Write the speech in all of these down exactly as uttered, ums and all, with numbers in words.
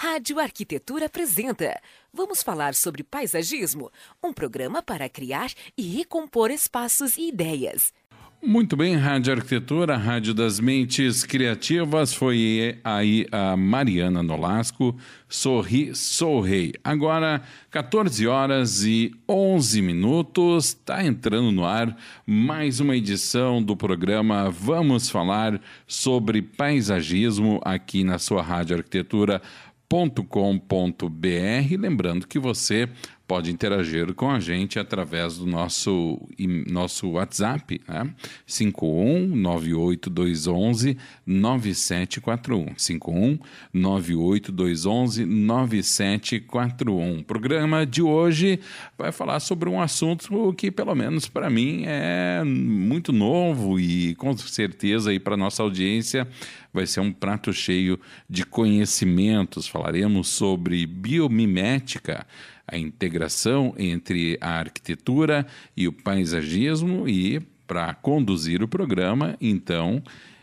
Rádio Arquitetura apresenta Vamos falar sobre paisagismo, um programa para criar e recompor espaços e ideias. Muito bem, Rádio Arquitetura, Rádio das Mentes Criativas, foi aí a Mariana Nolasco, Sorri, Sou Rei. Agora, quatorze horas e onze minutos, está entrando no ar mais uma edição do programa Vamos Falar sobre Paisagismo aqui na sua Rádio Arquitetura ponto com ponto b r. Lembrando que você pode interagir com a gente através do nosso, nosso WhatsApp, né? cinco um nove oito dois um um nove sete quatro um. cinco um nove oito dois um um nove sete quatro um. O programa de hoje vai falar sobre um assunto que, pelo menos para mim, é muito novo e com certeza aí para a nossa audiência vai ser um prato cheio de conhecimentos. Falaremos sobre biomimética, a integração entre a arquitetura e o paisagismo, e para conduzir o programa, então,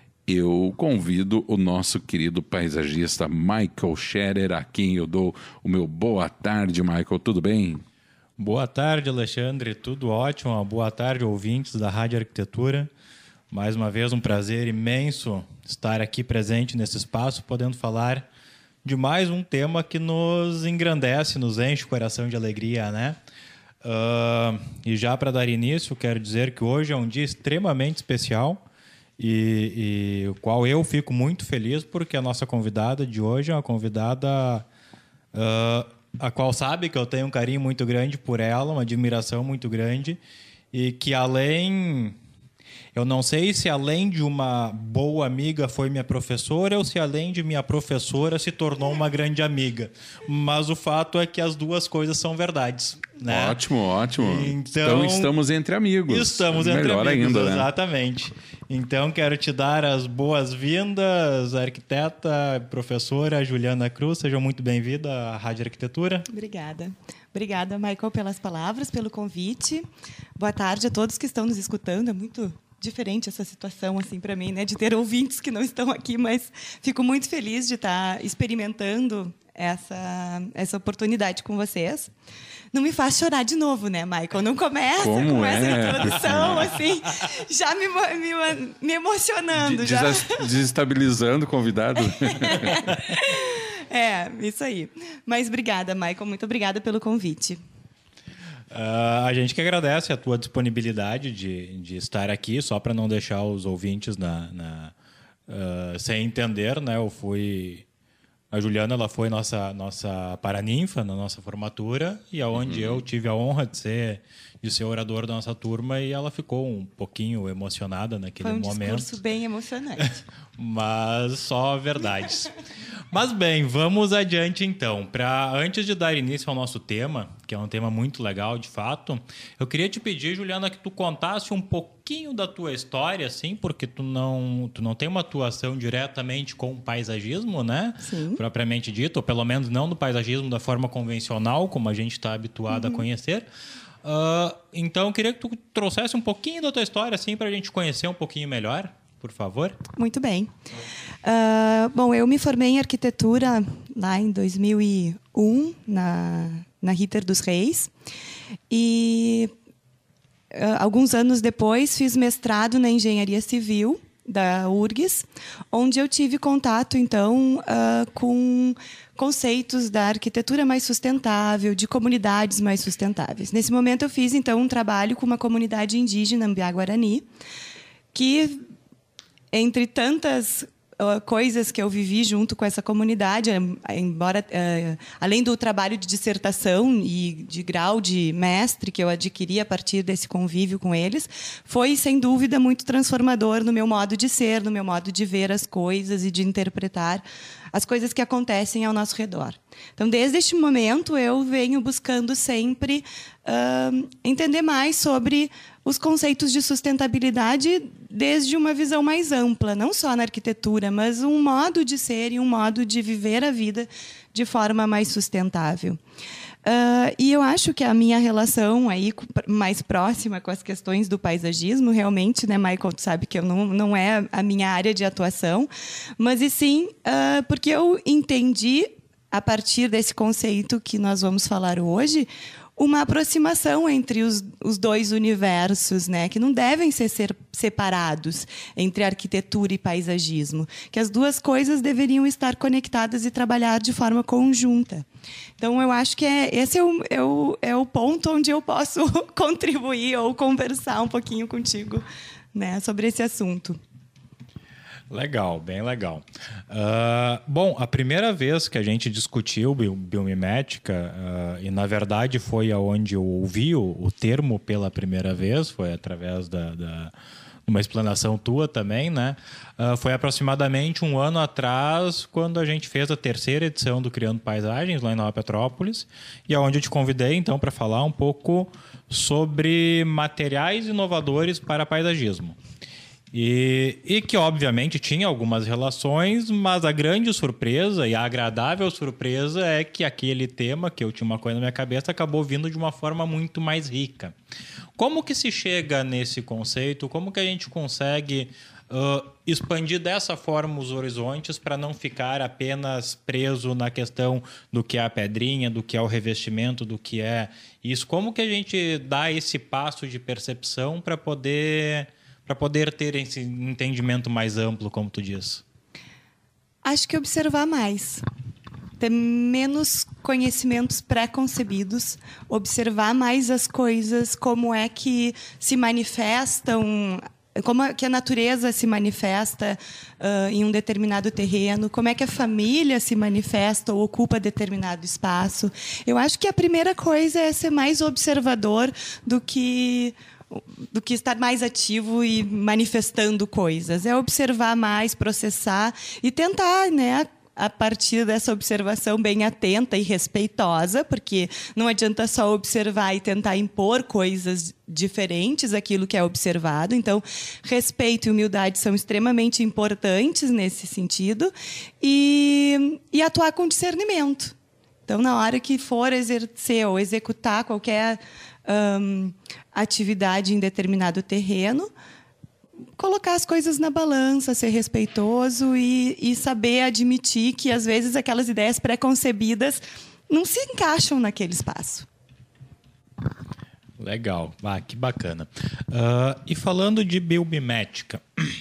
eu convido o nosso querido paisagista Michael Scherer, a quem eu dou o meu boa tarde. Michael, tudo bem? Boa tarde, Alexandre, tudo ótimo. Uma boa tarde, ouvintes da Rádio Arquitetura. Mais uma vez, um prazer imenso estar aqui presente nesse espaço, podendo falar de mais um tema que nos engrandece, nos enche o coração de alegria, né? Uh, e já para dar início, quero dizer que hoje é um dia extremamente especial e, e o qual eu fico muito feliz porque a nossa convidada de hoje é uma convidada uh, a qual sabe que eu tenho um carinho muito grande por ela, uma admiração muito grande, e que além... Eu não sei se além de uma boa amiga foi minha professora ou se além de minha professora se tornou uma grande amiga. Mas o fato é que as duas coisas são verdades, né? Ótimo, ótimo. Então, então estamos entre amigos. Estamos entre Melhor amigos, ainda, né? Exatamente. Então quero te dar as boas-vindas, arquiteta, professora Juliana Cruz. Seja muito bem-vinda à Rádio Arquitetura. Obrigada. Obrigada, Michael, pelas palavras, pelo convite. Boa tarde a todos que estão nos escutando. É muito diferente essa situação assim para mim, né, de ter ouvintes que não estão aqui, mas fico muito feliz de estar experimentando essa essa oportunidade com vocês. Não me faz chorar de novo, né, Michael? Não começa Como com é? essa introdução assim, já me, me, me emocionando, já desestabilizando o convidado. É, isso aí. Mas obrigada, Michael, muito obrigada pelo convite. Uh, a gente que agradece a tua disponibilidade de, de estar aqui, só para não deixar os ouvintes na, na, uh, sem entender, né? Eu fui... A Juliana, ela foi nossa, nossa paraninfa na nossa formatura, e aonde uhum. eu tive a honra de ser, de ser orador da nossa turma, e ela ficou um pouquinho emocionada naquele momento. Foi um momento. discurso bem emocionante. Mas só verdades. Mas bem, vamos adiante então. Pra, antes de dar início ao nosso tema, que é um tema muito legal de fato, eu queria te pedir, Juliana, que tu contasse um pouquinho da tua história, assim, porque tu não, tu não tem uma atuação diretamente com o paisagismo, né? Sim. Propriamente dito, ou pelo menos não no paisagismo da forma convencional, como a gente está habituado uhum. a conhecer. Uh, então, eu queria que tu trouxesse um pouquinho da tua história, assim, para a gente conhecer um pouquinho melhor. Por favor. Muito bem. Uh, bom, eu me formei em arquitetura lá em dois mil e um, na, na Ritter dos Reis. E uh, alguns anos depois fiz mestrado na engenharia civil da U R G S, onde eu tive contato, então, uh, com conceitos da arquitetura mais sustentável, de comunidades mais sustentáveis. Nesse momento eu fiz, então, um trabalho com uma comunidade indígena, Ambiá-Guarani, que... Entre tantas uh, coisas que eu vivi junto com essa comunidade, embora uh, além do trabalho de dissertação e de grau de mestre que eu adquiri a partir desse convívio com eles, foi, sem dúvida, muito transformador no meu modo de ser, no meu modo de ver as coisas e de interpretar as coisas que acontecem ao nosso redor. Então, desde este momento, eu venho buscando sempre uh, entender mais sobre os conceitos de sustentabilidade desde uma visão mais ampla, não só na arquitetura, mas um modo de ser e um modo de viver a vida de forma mais sustentável. Uh, e eu acho que a minha relação aí mais próxima com as questões do paisagismo, realmente, né, Michael, tu sabe que eu não, não é a minha área de atuação, mas e sim uh, porque eu entendi a partir desse conceito que nós vamos falar hoje, uma aproximação entre os, os dois universos, né, que não devem ser, ser separados entre arquitetura e paisagismo, que as duas coisas deveriam estar conectadas e trabalhar de forma conjunta. Então, eu acho que é, esse é o, é, o, é o ponto onde eu posso contribuir ou conversar um pouquinho contigo, né, sobre esse assunto. Legal, bem legal. Uh, bom, a primeira vez que a gente discutiu bio, biomimética, uh, e na verdade foi aonde eu ouvi o, o termo pela primeira vez, foi através da, da uma explanação tua também, né? Uh, foi aproximadamente um ano atrás, quando a gente fez a terceira edição do Criando Paisagens, lá em Nova Petrópolis, e aonde eu te convidei, então, para falar um pouco sobre materiais inovadores para paisagismo. E, e que, obviamente, tinha algumas relações, mas a grande surpresa e a agradável surpresa é que aquele tema, que eu tinha uma coisa na minha cabeça, acabou vindo de uma forma muito mais rica. Como que se chega nesse conceito? Como que a gente consegue uh, expandir dessa forma os horizontes para não ficar apenas preso na questão do que é a pedrinha, do que é o revestimento, do que é isso? Como que a gente dá esse passo de percepção para poder... para poder ter esse entendimento mais amplo, como tu diz? Acho que observar mais. Ter menos conhecimentos pré-concebidos, observar mais as coisas, como é que se manifestam, como é que a natureza se manifesta uh, em um determinado terreno, como é que a família se manifesta ou ocupa determinado espaço. Eu acho que a primeira coisa é ser mais observador do que... do que estar mais ativo e manifestando coisas. É observar mais, processar e tentar, né, a partir dessa observação bem atenta e respeitosa, porque não adianta só observar e tentar impor coisas diferentes àquilo que é observado. Então, respeito e humildade são extremamente importantes nesse sentido, e, e atuar com discernimento. Então, na hora que for exercer ou executar qualquer hum, atividade em determinado terreno, colocar as coisas na balança, ser respeitoso e, e saber admitir que, às vezes, aquelas ideias pré-concebidas não se encaixam naquele espaço. Legal. Ah, que bacana. Uh, e falando de biomimética,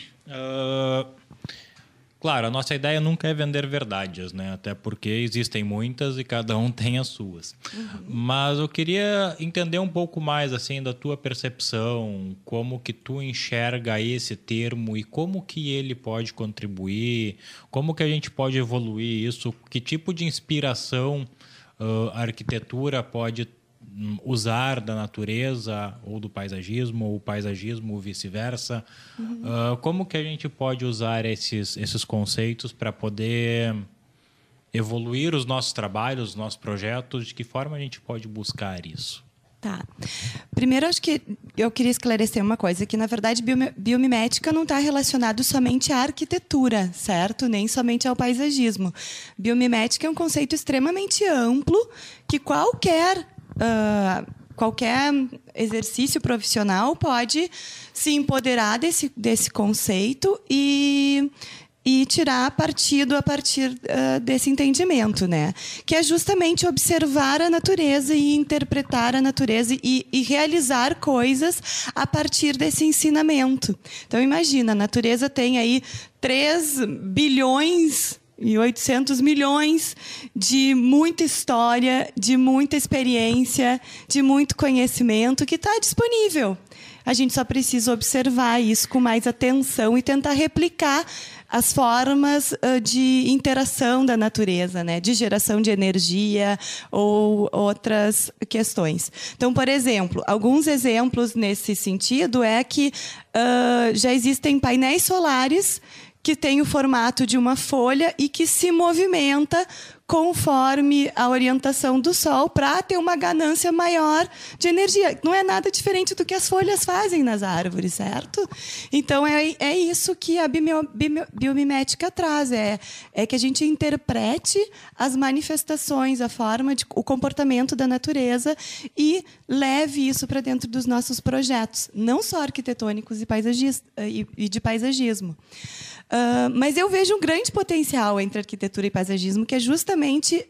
uh, claro, a nossa ideia nunca é vender verdades, né? Até porque existem muitas e cada um tem as suas. Uhum. Mas eu queria entender um pouco mais assim da tua percepção, como que tu enxerga esse termo e como que ele pode contribuir, como que a gente pode evoluir isso, que tipo de inspiração uh, a arquitetura pode usar da natureza ou do paisagismo, ou o paisagismo ou vice-versa. Uhum. Uh, como que a gente pode usar esses, esses conceitos para poder evoluir os nossos trabalhos, os nossos projetos? De que forma a gente pode buscar isso? Tá. Primeiro, acho que eu queria esclarecer uma coisa, que, na verdade, biomimética não está relacionado somente à arquitetura, certo? Nem somente ao paisagismo. Biomimética é um conceito extremamente amplo que qualquer... Uh, qualquer exercício profissional pode se empoderar desse, desse conceito e, e tirar partido a partir uh, desse entendimento, né? Que é justamente observar a natureza e interpretar a natureza e, e realizar coisas a partir desse ensinamento. Então, imagina, a natureza tem aí três bilhões... e oitocentos milhões de muita história, de muita experiência, de muito conhecimento que está disponível. A gente só precisa observar isso com mais atenção e tentar replicar as formas uh, de interação da natureza, né? De geração de energia ou outras questões. Então, por exemplo, alguns exemplos nesse sentido é que uh, já existem painéis solares que tem o formato de uma folha e que se movimenta conforme a orientação do sol para ter uma ganância maior de energia. Não é nada diferente do que as folhas fazem nas árvores, certo? Então, é, é isso que a bio, bio, biomimética traz. É, é que a gente interprete as manifestações, a forma, de, o comportamento da natureza e leve isso para dentro dos nossos projetos, não só arquitetônicos e, paisagis, e, e de paisagismo. Uh, mas eu vejo um grande potencial entre arquitetura e paisagismo, que é justamente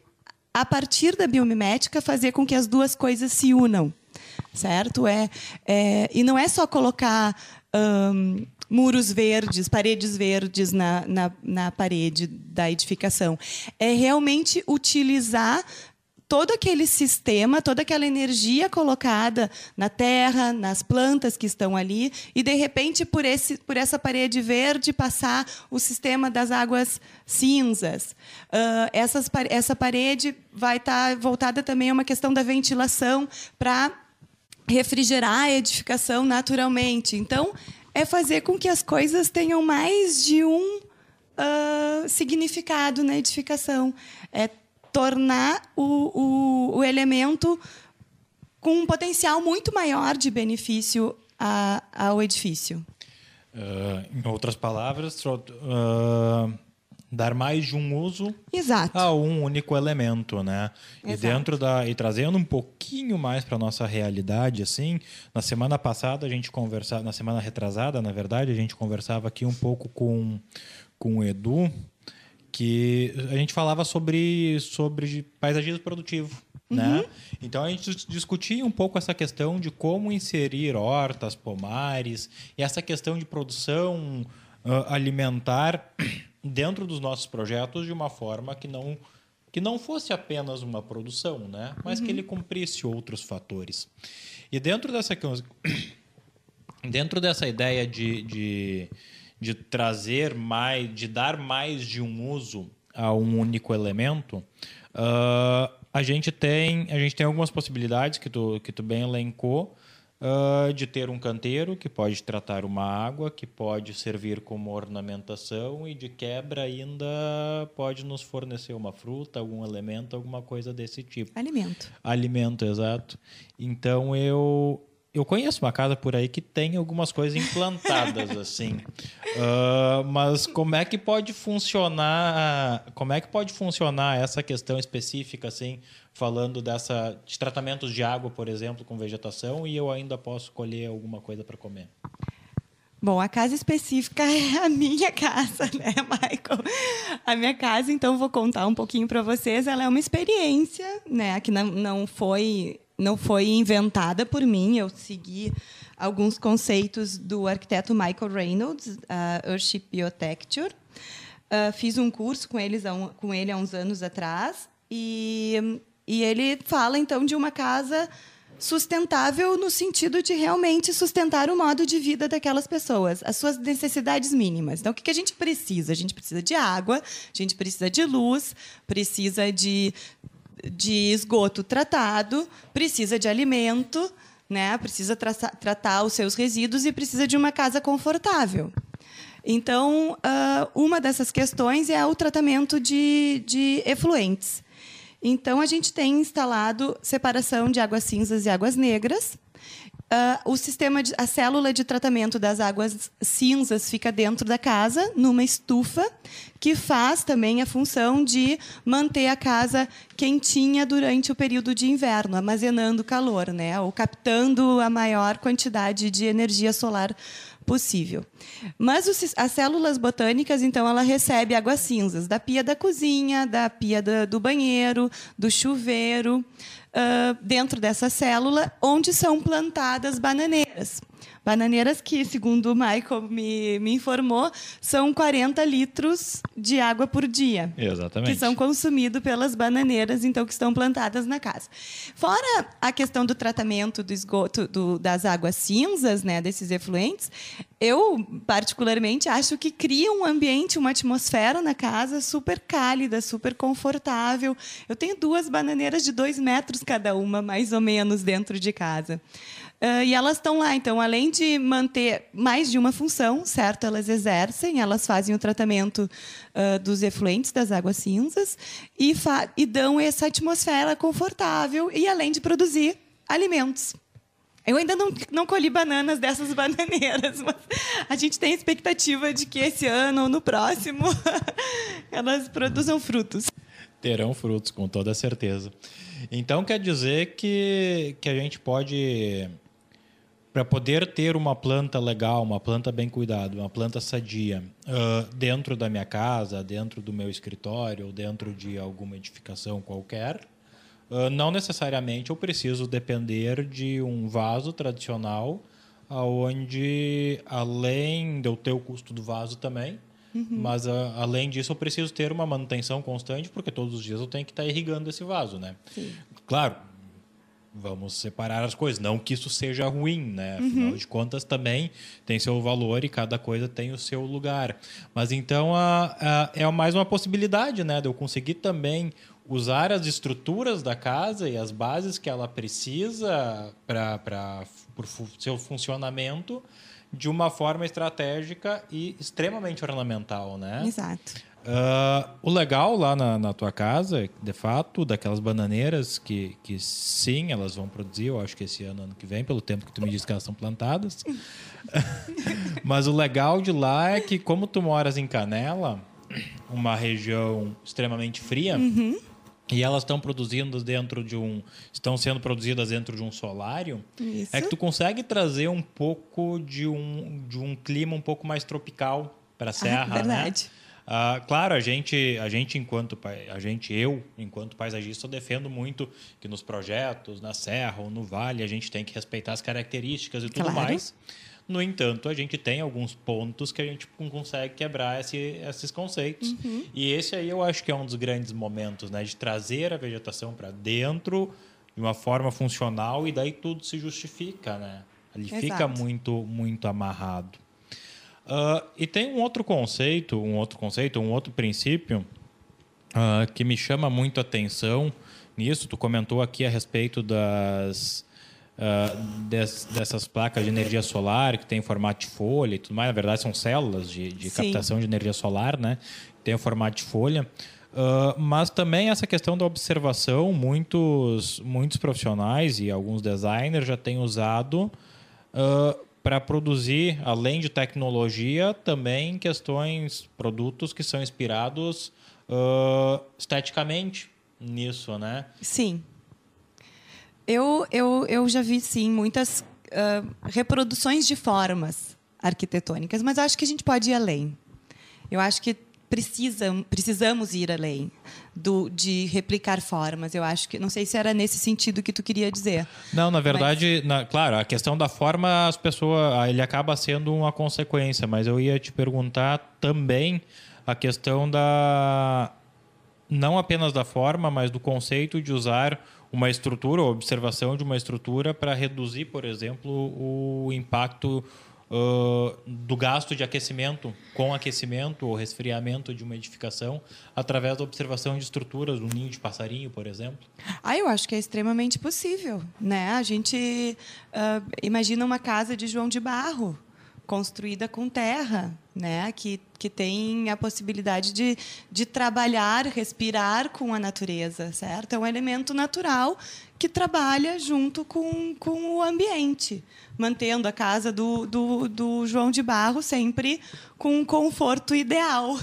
a partir da biomimética, fazer com que as duas coisas se unam, certo? É, é, e não é só colocar hum, muros verdes, paredes verdes na, na, na parede da edificação. É realmente utilizar todo aquele sistema, toda aquela energia colocada na terra, nas plantas que estão ali, e, de repente, por, esse, por essa parede verde, passar o sistema das águas cinzas. Uh, essas, essa parede vai estar voltada também a uma questão da ventilação para refrigerar a edificação naturalmente. Então, é fazer com que as coisas tenham mais de um uh, significado na edificação. É tornar o, o, o elemento com um potencial muito maior de benefício a, ao edifício. Uh, em outras palavras, uh, dar mais de um uso Exato. a um único elemento, né? E Exato. dentro da e trazendo um pouquinho mais para nossa realidade, assim, na semana passada a gente conversava, na semana retrasada, na verdade, a gente conversava aqui um pouco com com o Edu, que a gente falava sobre, sobre paisagismo produtivo. Uhum. Né? Então, a gente discutia um pouco essa questão de como inserir hortas, pomares, e essa questão de produção uh, alimentar dentro dos nossos projetos de uma forma que não, que não fosse apenas uma produção, né? Mas uhum. que ele cumprisse outros fatores. E dentro dessa, dentro dessa ideia de... de de trazer mais, de dar mais de um uso a um único elemento, uh, a gente tem a gente tem algumas possibilidades que tu que tu bem elencou, uh, de ter um canteiro que pode tratar uma água, que pode servir como ornamentação e de quebra ainda pode nos fornecer uma fruta, algum elemento, alguma coisa desse tipo. Alimento. Alimento, exato. Então eu Eu conheço uma casa por aí que tem algumas coisas implantadas assim, uh, mas como é que pode funcionar? Como é que pode funcionar essa questão específica, assim, falando dessa de tratamentos de água, por exemplo, com vegetação, e eu ainda posso colher alguma coisa para comer? Bom, a casa específica é a minha casa, né, Michael? A minha casa, então, vou contar um pouquinho para vocês. Ela é uma experiência, né, que não, não foi não foi inventada por mim. Eu segui alguns conceitos do arquiteto Michael Reynolds, uh, Earthship Biotecture. Uh, fiz um curso com, eles há um, com ele há uns anos atrás. E, e ele fala, então, de uma casa sustentável no sentido de realmente sustentar o modo de vida daquelas pessoas, as suas necessidades mínimas. Então, o que a gente precisa? A gente precisa de água, a gente precisa de luz, precisa de, de esgoto tratado, precisa de alimento, né? Precisa tra tratar os seus resíduos e precisa de uma casa confortável. Então, uma dessas questões é o tratamento de, de efluentes. Então, a gente tem instalado separação de águas cinzas e águas negras. Uh, o sistema de, a célula de tratamento das águas cinzas fica dentro da casa, numa estufa, que faz também a função de manter a casa quentinha durante o período de inverno, armazenando calor, né? Ou captando a maior quantidade de energia solar possível. Mas os, as células botânicas, então, ela recebe águas cinzas da pia da cozinha, da pia da, do banheiro, do chuveiro, uh, dentro dessa célula, onde são plantadas bananeiras. Bananeiras que, segundo o Michael me, me informou, são quarenta litros de água por dia. Exatamente. Que são consumidos pelas bananeiras, então, que estão plantadas na casa. Fora a questão do tratamento do esgoto, do, das águas cinzas, né, desses efluentes, eu, particularmente, acho que cria um ambiente, uma atmosfera na casa super cálida, super confortável. Eu tenho duas bananeiras de dois metros cada uma, mais ou menos, dentro de casa. Uh, e elas estão lá, então, além de manter mais de uma função, certo? Elas exercem, elas fazem o tratamento uh, dos efluentes das águas cinzas e, e dão essa atmosfera confortável e além de produzir alimentos. Eu ainda não, não colhi bananas dessas bananeiras, mas a gente tem a expectativa de que esse ano ou no próximo elas produzam frutos. Terão frutos, com toda certeza. Então, quer dizer que, que a gente pode... para poder ter uma planta legal, uma planta bem cuidada, uma planta sadia, uh, dentro da minha casa, dentro do meu escritório ou dentro de alguma edificação qualquer, uh, não necessariamente eu preciso depender de um vaso tradicional, onde, além de eu ter o custo do vaso também, uhum. mas uh, além disso eu preciso ter uma manutenção constante, porque todos os dias eu tenho que estar irrigando esse vaso, né? Sim. Claro, vamos separar as coisas. Não que isso seja ruim, né? Afinal uhum. de contas, também tem seu valor e cada coisa tem o seu lugar. Mas então a, a, é mais uma possibilidade, né? De eu conseguir também usar as estruturas da casa e as bases que ela precisa para o seu funcionamento de uma forma estratégica e extremamente ornamental, né? Exato. Uh, o legal lá na, na tua casa, de fato, daquelas bananeiras que, que sim, elas vão produzir, eu acho que esse ano, ano que vem, pelo tempo que tu me disse que elas são plantadas. Mas o legal de lá é que, como tu moras em Canela, uma região extremamente fria, uhum. e elas estão produzindo dentro de um, estão sendo produzidas dentro de um solário, Isso. é que tu consegue trazer um pouco de um, de um clima um pouco mais tropical para a serra, ah, verdade. né? Uh, claro, a gente, a gente enquanto a gente, eu, enquanto paisagista, eu defendo muito que nos projetos, na serra ou no vale, a gente tem que respeitar as características e tudo claro. mais. No entanto, a gente tem alguns pontos que a gente consegue quebrar esse, esses conceitos. Uhum. E esse aí eu acho que é um dos grandes momentos, né? De trazer a vegetação para dentro de uma forma funcional e daí tudo se justifica, né? Ali Exato. Fica muito, muito amarrado. Uh, e tem um outro conceito, um outro conceito, um outro princípio uh, que me chama muito a atenção nisso. Tu comentou aqui a respeito das, uh, des, dessas placas de energia solar que tem formato de folha e tudo mais. Na verdade, são células de, de captação de energia solar, né? Tem o formato de folha. Uh, mas também essa questão da observação, muitos, muitos profissionais e alguns designers já têm usado Uh, para produzir, além de tecnologia, também questões, produtos que são inspirados uh, esteticamente nisso, né? Sim. Eu, eu, eu já vi, sim, muitas uh, reproduções de formas arquitetônicas, mas acho que a gente pode ir além. Eu acho que precisa, precisamos ir além do, de replicar formas. Eu acho que... Não sei se era nesse sentido que tu queria dizer. Não, na verdade, mas... na, claro, a questão da forma, as pessoas, ele acaba sendo uma consequência, mas eu ia te perguntar também a questão da... Não apenas da forma, mas do conceito de usar uma estrutura, ou observação de uma estrutura para reduzir, por exemplo, o impacto Uh, do gasto de aquecimento com aquecimento ou resfriamento de uma edificação através da observação de estruturas, um ninho de passarinho, por exemplo? Ah, eu acho que é extremamente possível, né? A gente uh, imagina uma casa de João de Barro construída com terra, né? que, que tem a possibilidade de, de trabalhar, respirar com a natureza, certo? É um elemento natural que trabalha junto com, com o ambiente, mantendo a casa do, do, do João de Barro sempre com um conforto ideal.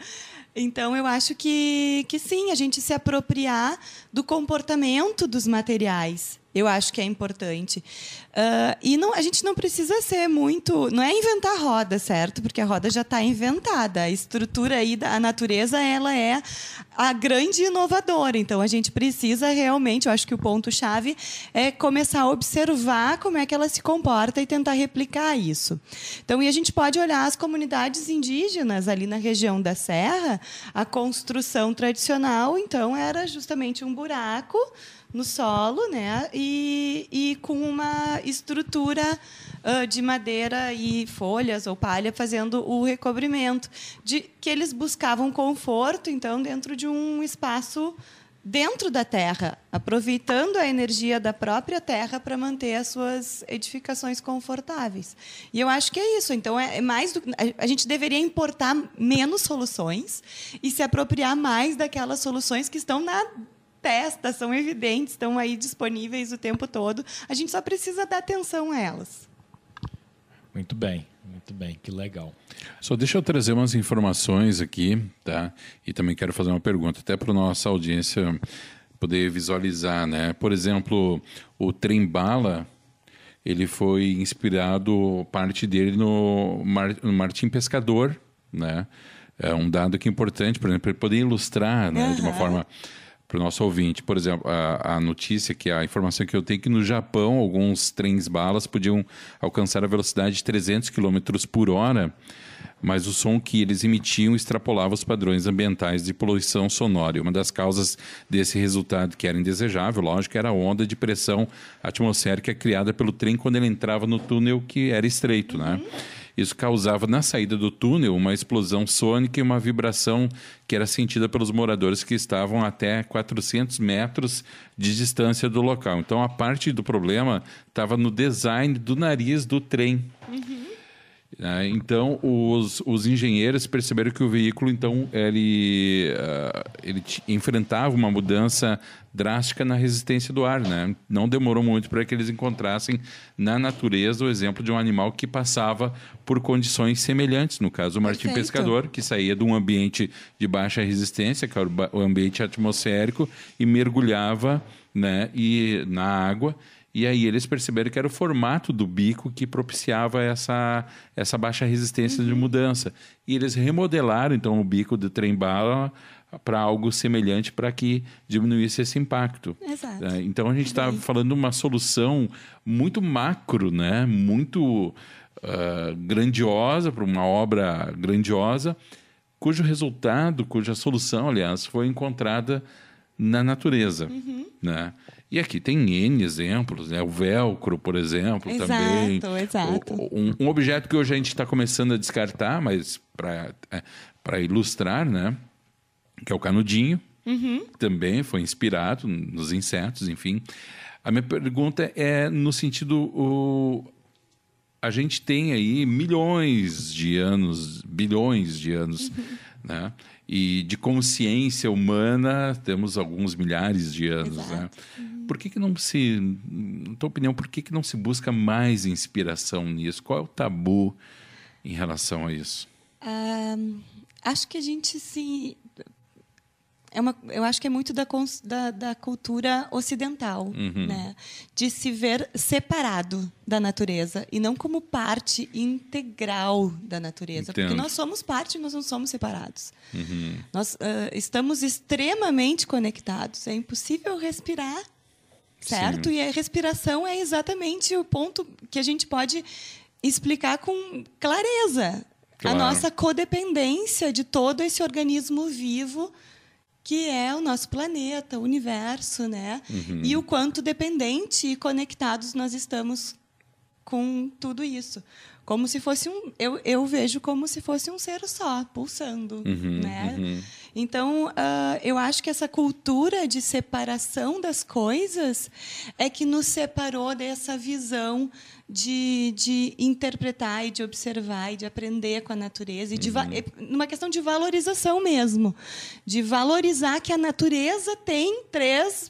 Então, eu acho que, que sim, a gente se apropriar do comportamento dos materiais. Eu acho que é importante. Uh, e não, a gente não precisa ser muito... Não é inventar roda, certo? Porque a roda já está inventada. A estrutura aí, a natureza, ela é a grande inovadora. Então, a gente precisa realmente... Eu acho que o ponto-chave é começar a observar como é que ela se comporta e tentar replicar isso. Então, e a gente pode olhar as comunidades indígenas ali na região da Serra. A construção tradicional, então, era justamente um buraco no solo, né? E, e com uma estrutura uh, de madeira e folhas ou palha fazendo o recobrimento, de que eles buscavam conforto, então, dentro de um espaço dentro da terra, aproveitando a energia da própria terra para manter as suas edificações confortáveis. E eu acho que é isso. Então, é mais do, a gente deveria importar menos soluções e se apropriar mais daquelas soluções que estão na testa, são evidentes, estão aí disponíveis o tempo todo. A gente só precisa dar atenção a elas. Muito bem, muito bem, que legal. Só deixa eu trazer umas informações aqui, tá? E também quero fazer uma pergunta, até para a nossa audiência poder visualizar, né? Por exemplo, o trem-bala, ele foi inspirado, parte dele, no, Mar, no Martim Pescador, né? É um dado que é importante, por exemplo, para ele poder ilustrar, né, uhum. de uma forma para o nosso ouvinte. Por exemplo, a, a notícia, que a informação que eu tenho é que no Japão, alguns trens-balas podiam alcançar a velocidade de trezentos quilômetros por hora, mas o som que eles emitiam extrapolava os padrões ambientais de poluição sonora. E uma das causas desse resultado, que era indesejável, lógico, era a onda de pressão atmosférica criada pelo trem quando ele entrava no túnel, que era estreito, né? Isso causava, na saída do túnel, uma explosão sônica e uma vibração que era sentida pelos moradores que estavam até quatrocentos metros de distância do local. Então, a parte do problema estava no design do nariz do trem. Uhum. É, então, os, os engenheiros perceberam que o veículo, então, ele, uh, ele t- enfrentava uma mudança drástica na resistência do ar, né? Não demorou muito para que eles encontrassem na natureza o exemplo de um animal que passava por condições semelhantes. No caso, o martim pescador, que saía de um ambiente de baixa resistência, que era o ambiente atmosférico, e mergulhava, né, e, na água. E aí eles perceberam que era o formato do bico que propiciava essa, essa baixa resistência uhum. de mudança. E eles remodelaram, então, o bico do trem-bala para algo semelhante para que diminuísse esse impacto. Exato. É, então, a gente está falando de uma solução muito macro, né? Muito uh, grandiosa, para uma obra grandiosa, cujo resultado, cuja solução, aliás, foi encontrada na natureza. Uhum. Né? E aqui tem N exemplos, né? O velcro, por exemplo, exato, também. Exato, um, um objeto que hoje a gente está começando a descartar, mas para é, para ilustrar, né? Que é o canudinho. Uhum. Também foi inspirado nos insetos, enfim. A minha pergunta é no sentido... O, a gente tem aí milhões de anos, bilhões de anos, uhum. né? E de consciência humana temos alguns milhares de anos, exato. Né? Uhum. Por que que não se, na tua opinião, por que que não se busca mais inspiração nisso? Qual é o tabu em relação a isso? Um, acho que a gente se... É uma, eu acho que é muito da, da, da cultura ocidental, uhum. né? De se ver separado da natureza e não como parte integral da natureza. Entendo. Porque nós somos parte, mas não somos separados. Uhum. Nós uh, estamos extremamente conectados. É impossível respirar, certo? Sim. E a respiração é exatamente o ponto que a gente pode explicar com clareza. Claro. A nossa codependência de todo esse organismo vivo que é o nosso planeta, o universo, né? Uhum. E o quanto dependente e conectados nós estamos com tudo isso. Como se fosse um... Eu, eu vejo como se fosse um ser só, pulsando, uhum, né? Uhum. Então, uh, eu acho que essa cultura de separação das coisas é que nos separou dessa visão de, de interpretar e de observar e de aprender com a natureza. E de, uhum. numa questão de valorização mesmo. De valorizar que a natureza tem três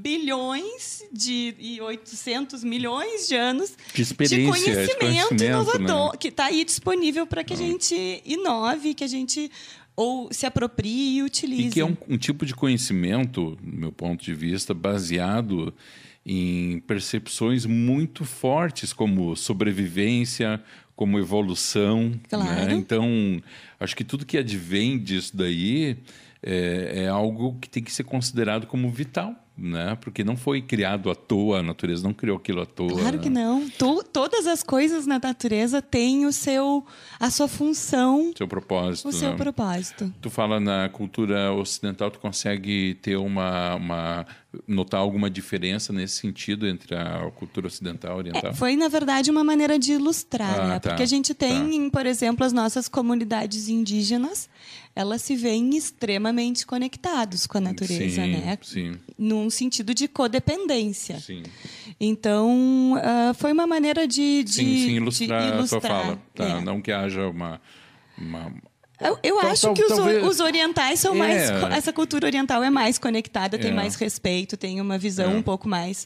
bilhões de, e oitocentos milhões de anos de, experiência, de conhecimento, de conhecimento inovador, né? que está aí disponível para que a gente inove, que a gente ou se aproprie e utilize. E que é um, um tipo de conhecimento, do meu ponto de vista, baseado em percepções muito fortes, como sobrevivência, como evolução. Claro. Né? Então, acho que tudo que advém disso daí é, é algo que tem que ser considerado como vital. Né? Porque não foi criado à toa, a natureza não criou aquilo à toa. Claro que não. Tu, todas as coisas na natureza têm o seu, a sua função, seu propósito. O né? seu propósito. Tu fala na cultura ocidental, tu consegue ter uma, uma notar alguma diferença nesse sentido entre a cultura ocidental e oriental? É, foi, na verdade, uma maneira de ilustrar, ah, né? Tá, Porque a gente tem, tá. por exemplo, as nossas comunidades indígenas, elas se veem extremamente conectados com a natureza, sim, né? Sim. Num sentido de codependência. Sim. Então, uh, foi uma maneira de, de, sim, sim, ilustrar, de ilustrar a sua fala. Tá? É. Não que haja uma... uma... Eu, eu Tal, acho tal, que os, talvez... os orientais são é. mais... Essa cultura oriental é mais conectada, tem é. mais respeito, tem uma visão é. um pouco mais...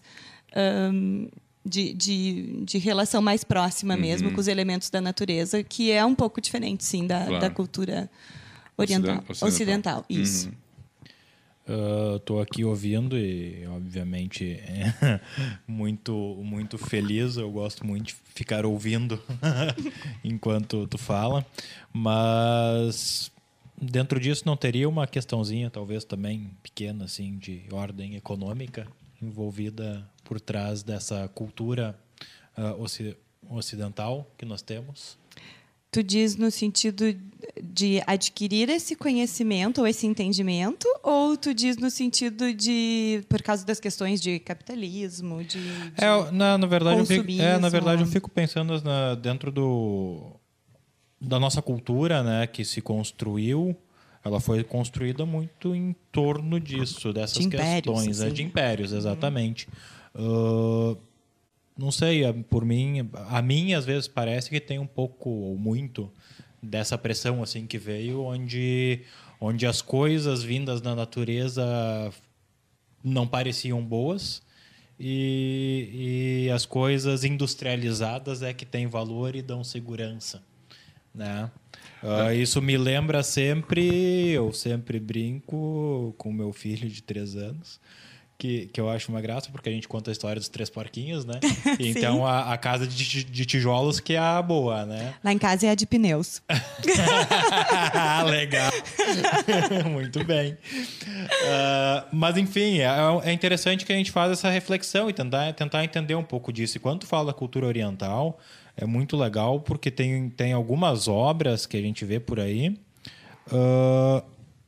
Um, de, de, de relação mais próxima uhum. mesmo com os elementos da natureza, que é um pouco diferente, sim, da, claro. da cultura oriental, ocidental. ocidental. ocidental. Isso. Uhum. Estou uh, aqui ouvindo e, obviamente, é muito, muito feliz. Eu gosto muito de ficar ouvindo enquanto tu fala. Mas, dentro disso, não teria uma questãozinha, talvez também pequena, assim, de ordem econômica envolvida por trás dessa cultura uh, ocidental que nós temos? Tu diz no sentido de adquirir esse conhecimento ou esse entendimento, ou tu diz no sentido de por causa das questões de capitalismo, de, de é, na, na verdade eu fico, é, na verdade eu consumismo? fico pensando na, dentro do da nossa cultura, né, que se construiu, ela foi construída muito em torno disso, dessas De impérios, questões, né, assim. de impérios, exatamente. Uhum. Uh, Não sei, por mim, a mim às vezes parece que tem um pouco ou muito dessa pressão assim que veio, onde, onde as coisas vindas da natureza não pareciam boas e, e as coisas industrializadas é que têm valor e dão segurança, né? Uh, isso me lembra sempre, eu sempre brinco com meu filho de três anos, Que, que eu acho uma graça, porque a gente conta a história dos três porquinhos, né? E então, a, a casa de, de tijolos que é a boa, né? Lá em casa é a de pneus. Legal. Muito bem. Uh, mas, enfim, é, é interessante que a gente faça essa reflexão e tentar, tentar entender um pouco disso. E quando tu fala da cultura oriental, é muito legal, porque tem, tem algumas obras que a gente vê por aí. Uh,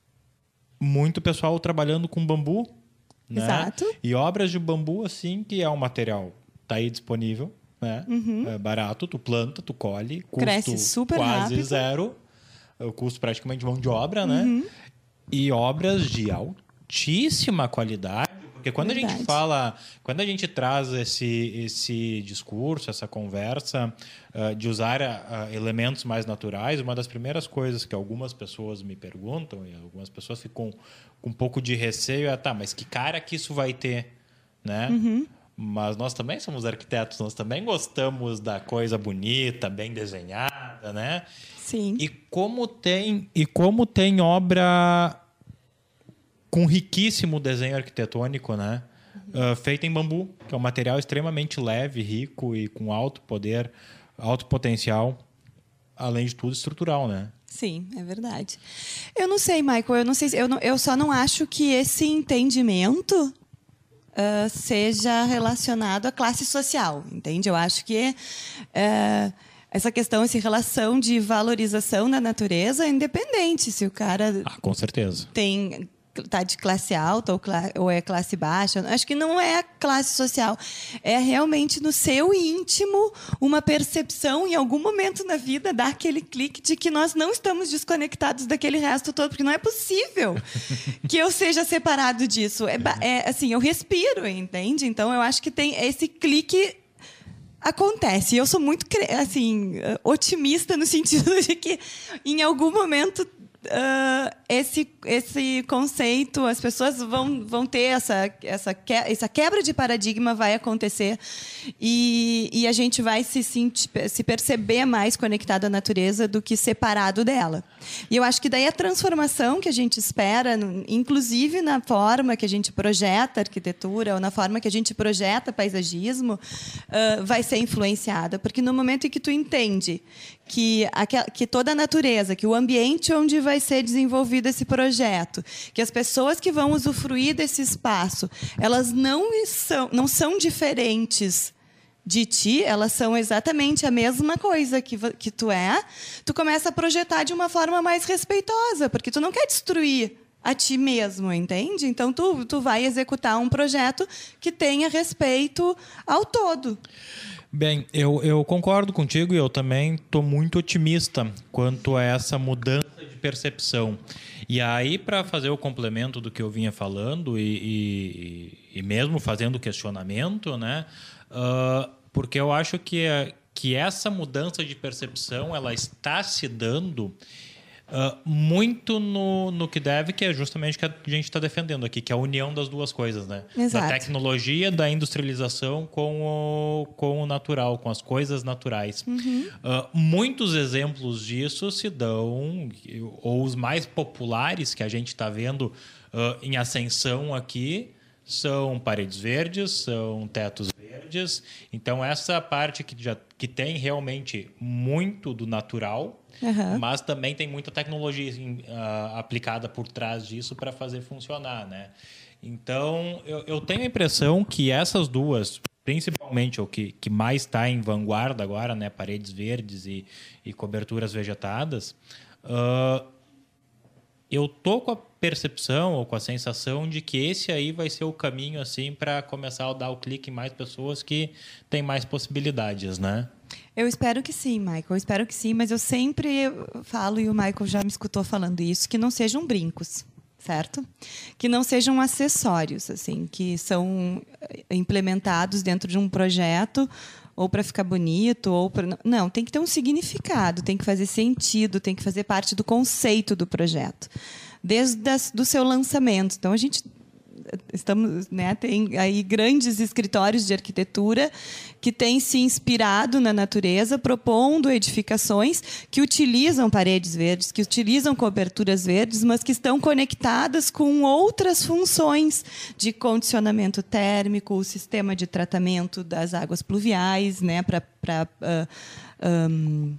muito pessoal trabalhando com bambu. Né? Exato. E obras de bambu, assim, que é um material, tá aí disponível, né? Uhum. É barato, tu planta, tu colhe, custo cresce super quase rápido. zero, o custo praticamente de mão de obra, né? Uhum. E obras de altíssima qualidade, porque quando Verdade. a gente fala, quando a gente traz esse, esse discurso, essa conversa uh, de usar uh, elementos mais naturais, uma das primeiras coisas que algumas pessoas me perguntam, e algumas pessoas ficam com um pouco de receio, é, tá, mas que cara que isso vai ter, né? Uhum. Mas nós também somos arquitetos, nós também gostamos da coisa bonita, bem desenhada, né? Sim. E como tem, e como tem obra com riquíssimo desenho arquitetônico, né? Uhum. Uh, feita em bambu, que é um material extremamente leve, rico e com alto poder, alto potencial, além de tudo estrutural, né? Sim, é verdade. Eu não sei, Michael, eu não sei, eu, não, eu só não acho que esse entendimento uh, seja relacionado à classe social, entende? Eu acho que uh, essa questão, essa relação de valorização da natureza é independente se o cara ah, com certeza. tem tá de classe alta ou, cla- ou é classe baixa. Acho que não é a classe social. É realmente no seu íntimo uma percepção, em algum momento na vida, dar aquele clique de que nós não estamos desconectados daquele resto todo, porque não é possível que eu seja separado disso. É, ba- é assim, eu respiro, entende? Então, eu acho que tem esse clique. Acontece. Eu sou muito assim, otimista no sentido de que, em algum momento, Uh, esse, esse conceito, as pessoas vão, vão ter essa, essa, que, essa quebra de paradigma vai acontecer e, e a gente vai se, sentir, se perceber mais conectado à natureza do que separado dela. E eu acho que daí a transformação que a gente espera, inclusive na forma que a gente projeta arquitetura ou na forma que a gente projeta paisagismo, uh, vai ser influenciada. Porque no momento em que tu entende que, aquela, que toda a natureza, que o ambiente onde vai ser desenvolvido esse projeto, que as pessoas que vão usufruir desse espaço, elas não são, não são diferentes de ti, elas são exatamente a mesma coisa que, que tu é, tu começa a projetar de uma forma mais respeitosa, porque tu não quer destruir a ti mesmo, entende? Então, tu, tu vai executar um projeto que tenha respeito ao todo. Bem, eu, eu concordo contigo e eu também estou muito otimista quanto a essa mudança de percepção. E aí, para fazer o complemento do que eu vinha falando e, e, e mesmo fazendo o questionamento, né? Uh, porque eu acho que, que essa mudança de percepção ela está se dando Uh, muito no, no que deve, que é justamente o que a gente está defendendo aqui, que é a união das duas coisas, né? Exato. Da tecnologia, da industrialização com o, com o natural, com as coisas naturais. Uhum. Uh, muitos exemplos disso se dão, ou os mais populares que a gente está vendo uh, em ascensão aqui, são paredes verdes, são tetos verdes. Então, essa parte que, já, que tem realmente muito do natural, uhum. mas também tem muita tecnologia assim, uh, aplicada por trás disso para fazer funcionar, né? Então, eu, eu tenho a impressão que essas duas, principalmente o que, que mais está em vanguarda agora, né? Paredes verdes e, e coberturas vegetadas, uh, eu tô com a percepção ou com a sensação de que esse aí vai ser o caminho assim para começar a dar o clique em mais pessoas que têm mais possibilidades, né? Eu espero que sim, Michael. Eu espero que sim, mas eu sempre falo, e o Michael já me escutou falando isso, que não sejam brincos, certo? Que não sejam acessórios, assim, que são implementados dentro de um projeto ou para ficar bonito, ou para... Não, tem que ter um significado, tem que fazer sentido, tem que fazer parte do conceito do projeto, desde o seu lançamento. Então, a gente... Estamos, né, tem aí grandes escritórios de arquitetura que têm se inspirado na natureza, propondo edificações que utilizam paredes verdes, que utilizam coberturas verdes, mas que estão conectadas com outras funções de condicionamento térmico, o sistema de tratamento das águas pluviais, né, para uh, um,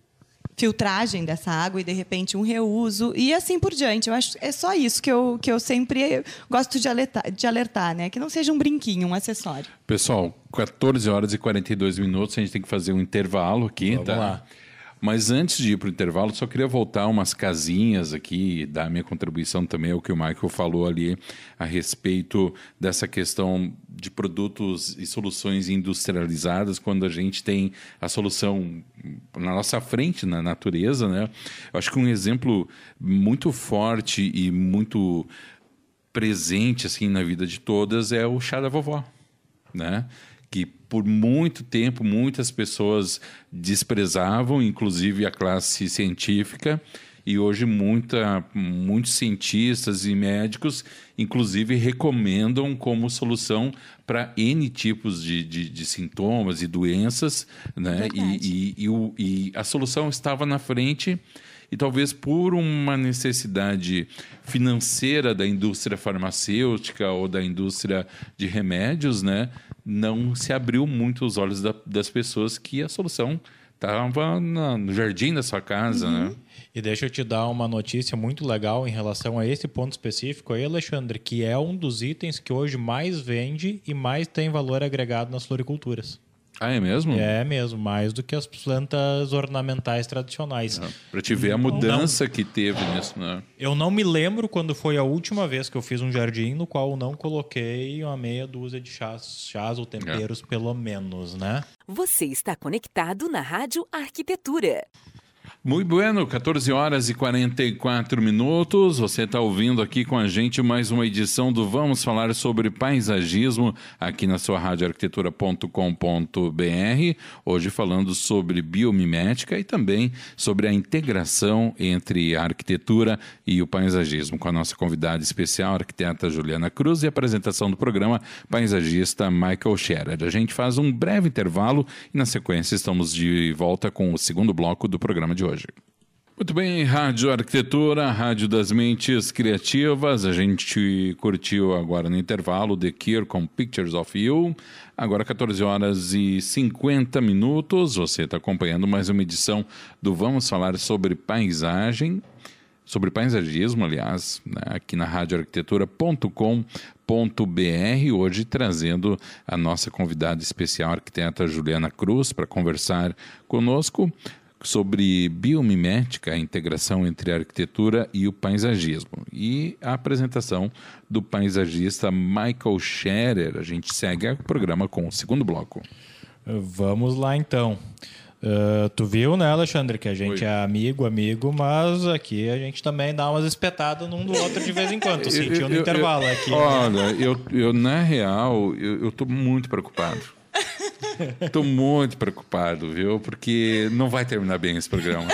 filtragem dessa água e, de repente, um reuso e assim por diante. Eu acho é só isso que eu, que eu sempre gosto de alertar, de alertar, né? Que não seja um brinquinho, um acessório. Pessoal, quatorze horas e quarenta e dois minutos, a gente tem que fazer um intervalo aqui, Vamos tá? lá. Mas antes de ir para o intervalo, só queria voltar umas casinhas aqui, dar minha contribuição também ao que o Michael falou ali a respeito dessa questão de produtos e soluções industrializadas, quando a gente tem a solução na nossa frente, na natureza, né? Eu acho que um exemplo muito forte e muito presente assim, na vida de todas é o chá da vovó, né? Que por muito tempo muitas pessoas desprezavam, inclusive a classe científica, e hoje muita, muitos cientistas e médicos, inclusive, recomendam como solução para N tipos de, de, de sintomas e doenças, né? E, e, e, o, e a solução estava na frente. E talvez por uma necessidade financeira da indústria farmacêutica ou da indústria de remédios, né, não se abriu muito os olhos da, das pessoas que a solução estava no jardim da sua casa. Uhum. Né? E deixa eu te dar uma notícia muito legal em relação a esse ponto específico aí, Alexandre, que é um dos itens que hoje mais vende e mais tem valor agregado nas floriculturas. Ah, é mesmo? É mesmo, mais do que as plantas ornamentais tradicionais. É, para te ver a mudança não, que teve nisso, né? Eu não me lembro quando foi a última vez que eu fiz um jardim no qual eu não coloquei uma meia dúzia de chás, chás ou temperos, é. pelo menos, né? Você está conectado na Rádio Arquitetura. Muito bueno, quatorze horas e quarenta e quatro minutos. Você está ouvindo aqui com a gente mais uma edição do Vamos Falar sobre Paisagismo aqui na sua rádio arquitetura ponto com ponto b r. Hoje falando sobre biomimética e também sobre a integração entre a arquitetura e o paisagismo, com a nossa convidada especial, a arquiteta Juliana Cruz, e a apresentação do programa paisagista Michael Scherer. A gente faz um breve intervalo e na sequência estamos de volta com o segundo bloco do programa de hoje. Muito bem, Rádio Arquitetura, Rádio das Mentes Criativas. A gente curtiu agora no intervalo The Cure com Pictures of You. Agora quatorze horas e cinquenta minutos. Você está acompanhando mais uma edição do Vamos Falar sobre Paisagem, sobre paisagismo, aliás, né, aqui na rádio arquitetura ponto com ponto b r. Hoje trazendo a nossa convidada especial, a arquiteta Juliana Cruz, para conversar conosco sobre biomimética, a integração entre a arquitetura e o paisagismo. E a apresentação do paisagista Michael Scherer. A gente segue o programa com o segundo bloco. Vamos lá, então. Uh, tu viu, né, Alexandre, que a gente Oi. é amigo, amigo, mas aqui a gente também dá umas espetadas num do outro de vez em quando. Tu sentiu no eu, intervalo eu, aqui. Olha, né? eu, eu, na real, eu estou muito preocupado. Tô muito preocupado, viu? Porque não vai terminar bem esse programa.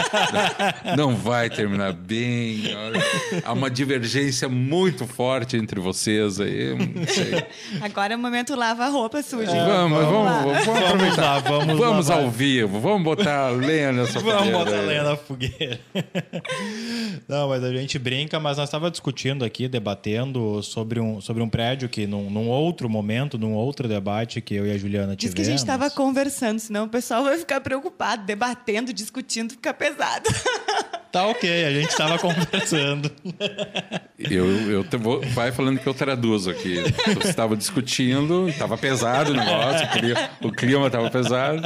Não vai terminar bem. Há uma divergência muito forte entre vocês aí. Não sei. Agora é o momento lava a roupa suja. É, vamos, vamos, vamos, vamos aproveitar. Lá, vamos vamos lá, ao vai. vivo. Vamos botar lenha nessa fogueira. Vamos botar aí. lenha na fogueira. Não, mas a gente brinca, mas nós estávamos discutindo aqui, debatendo sobre um, sobre um prédio que num, num outro momento, num outro debate que eu e a Juliana Diz tivemos. que a gente estava conversando, senão o pessoal vai ficar preocupado, debatendo, discutindo, fica pesado. Tá ok, a gente estava conversando. Eu, eu te, vou, vai falando que eu traduzo aqui. Você estava discutindo, estava pesado o negócio, o clima- o clima estava pesado.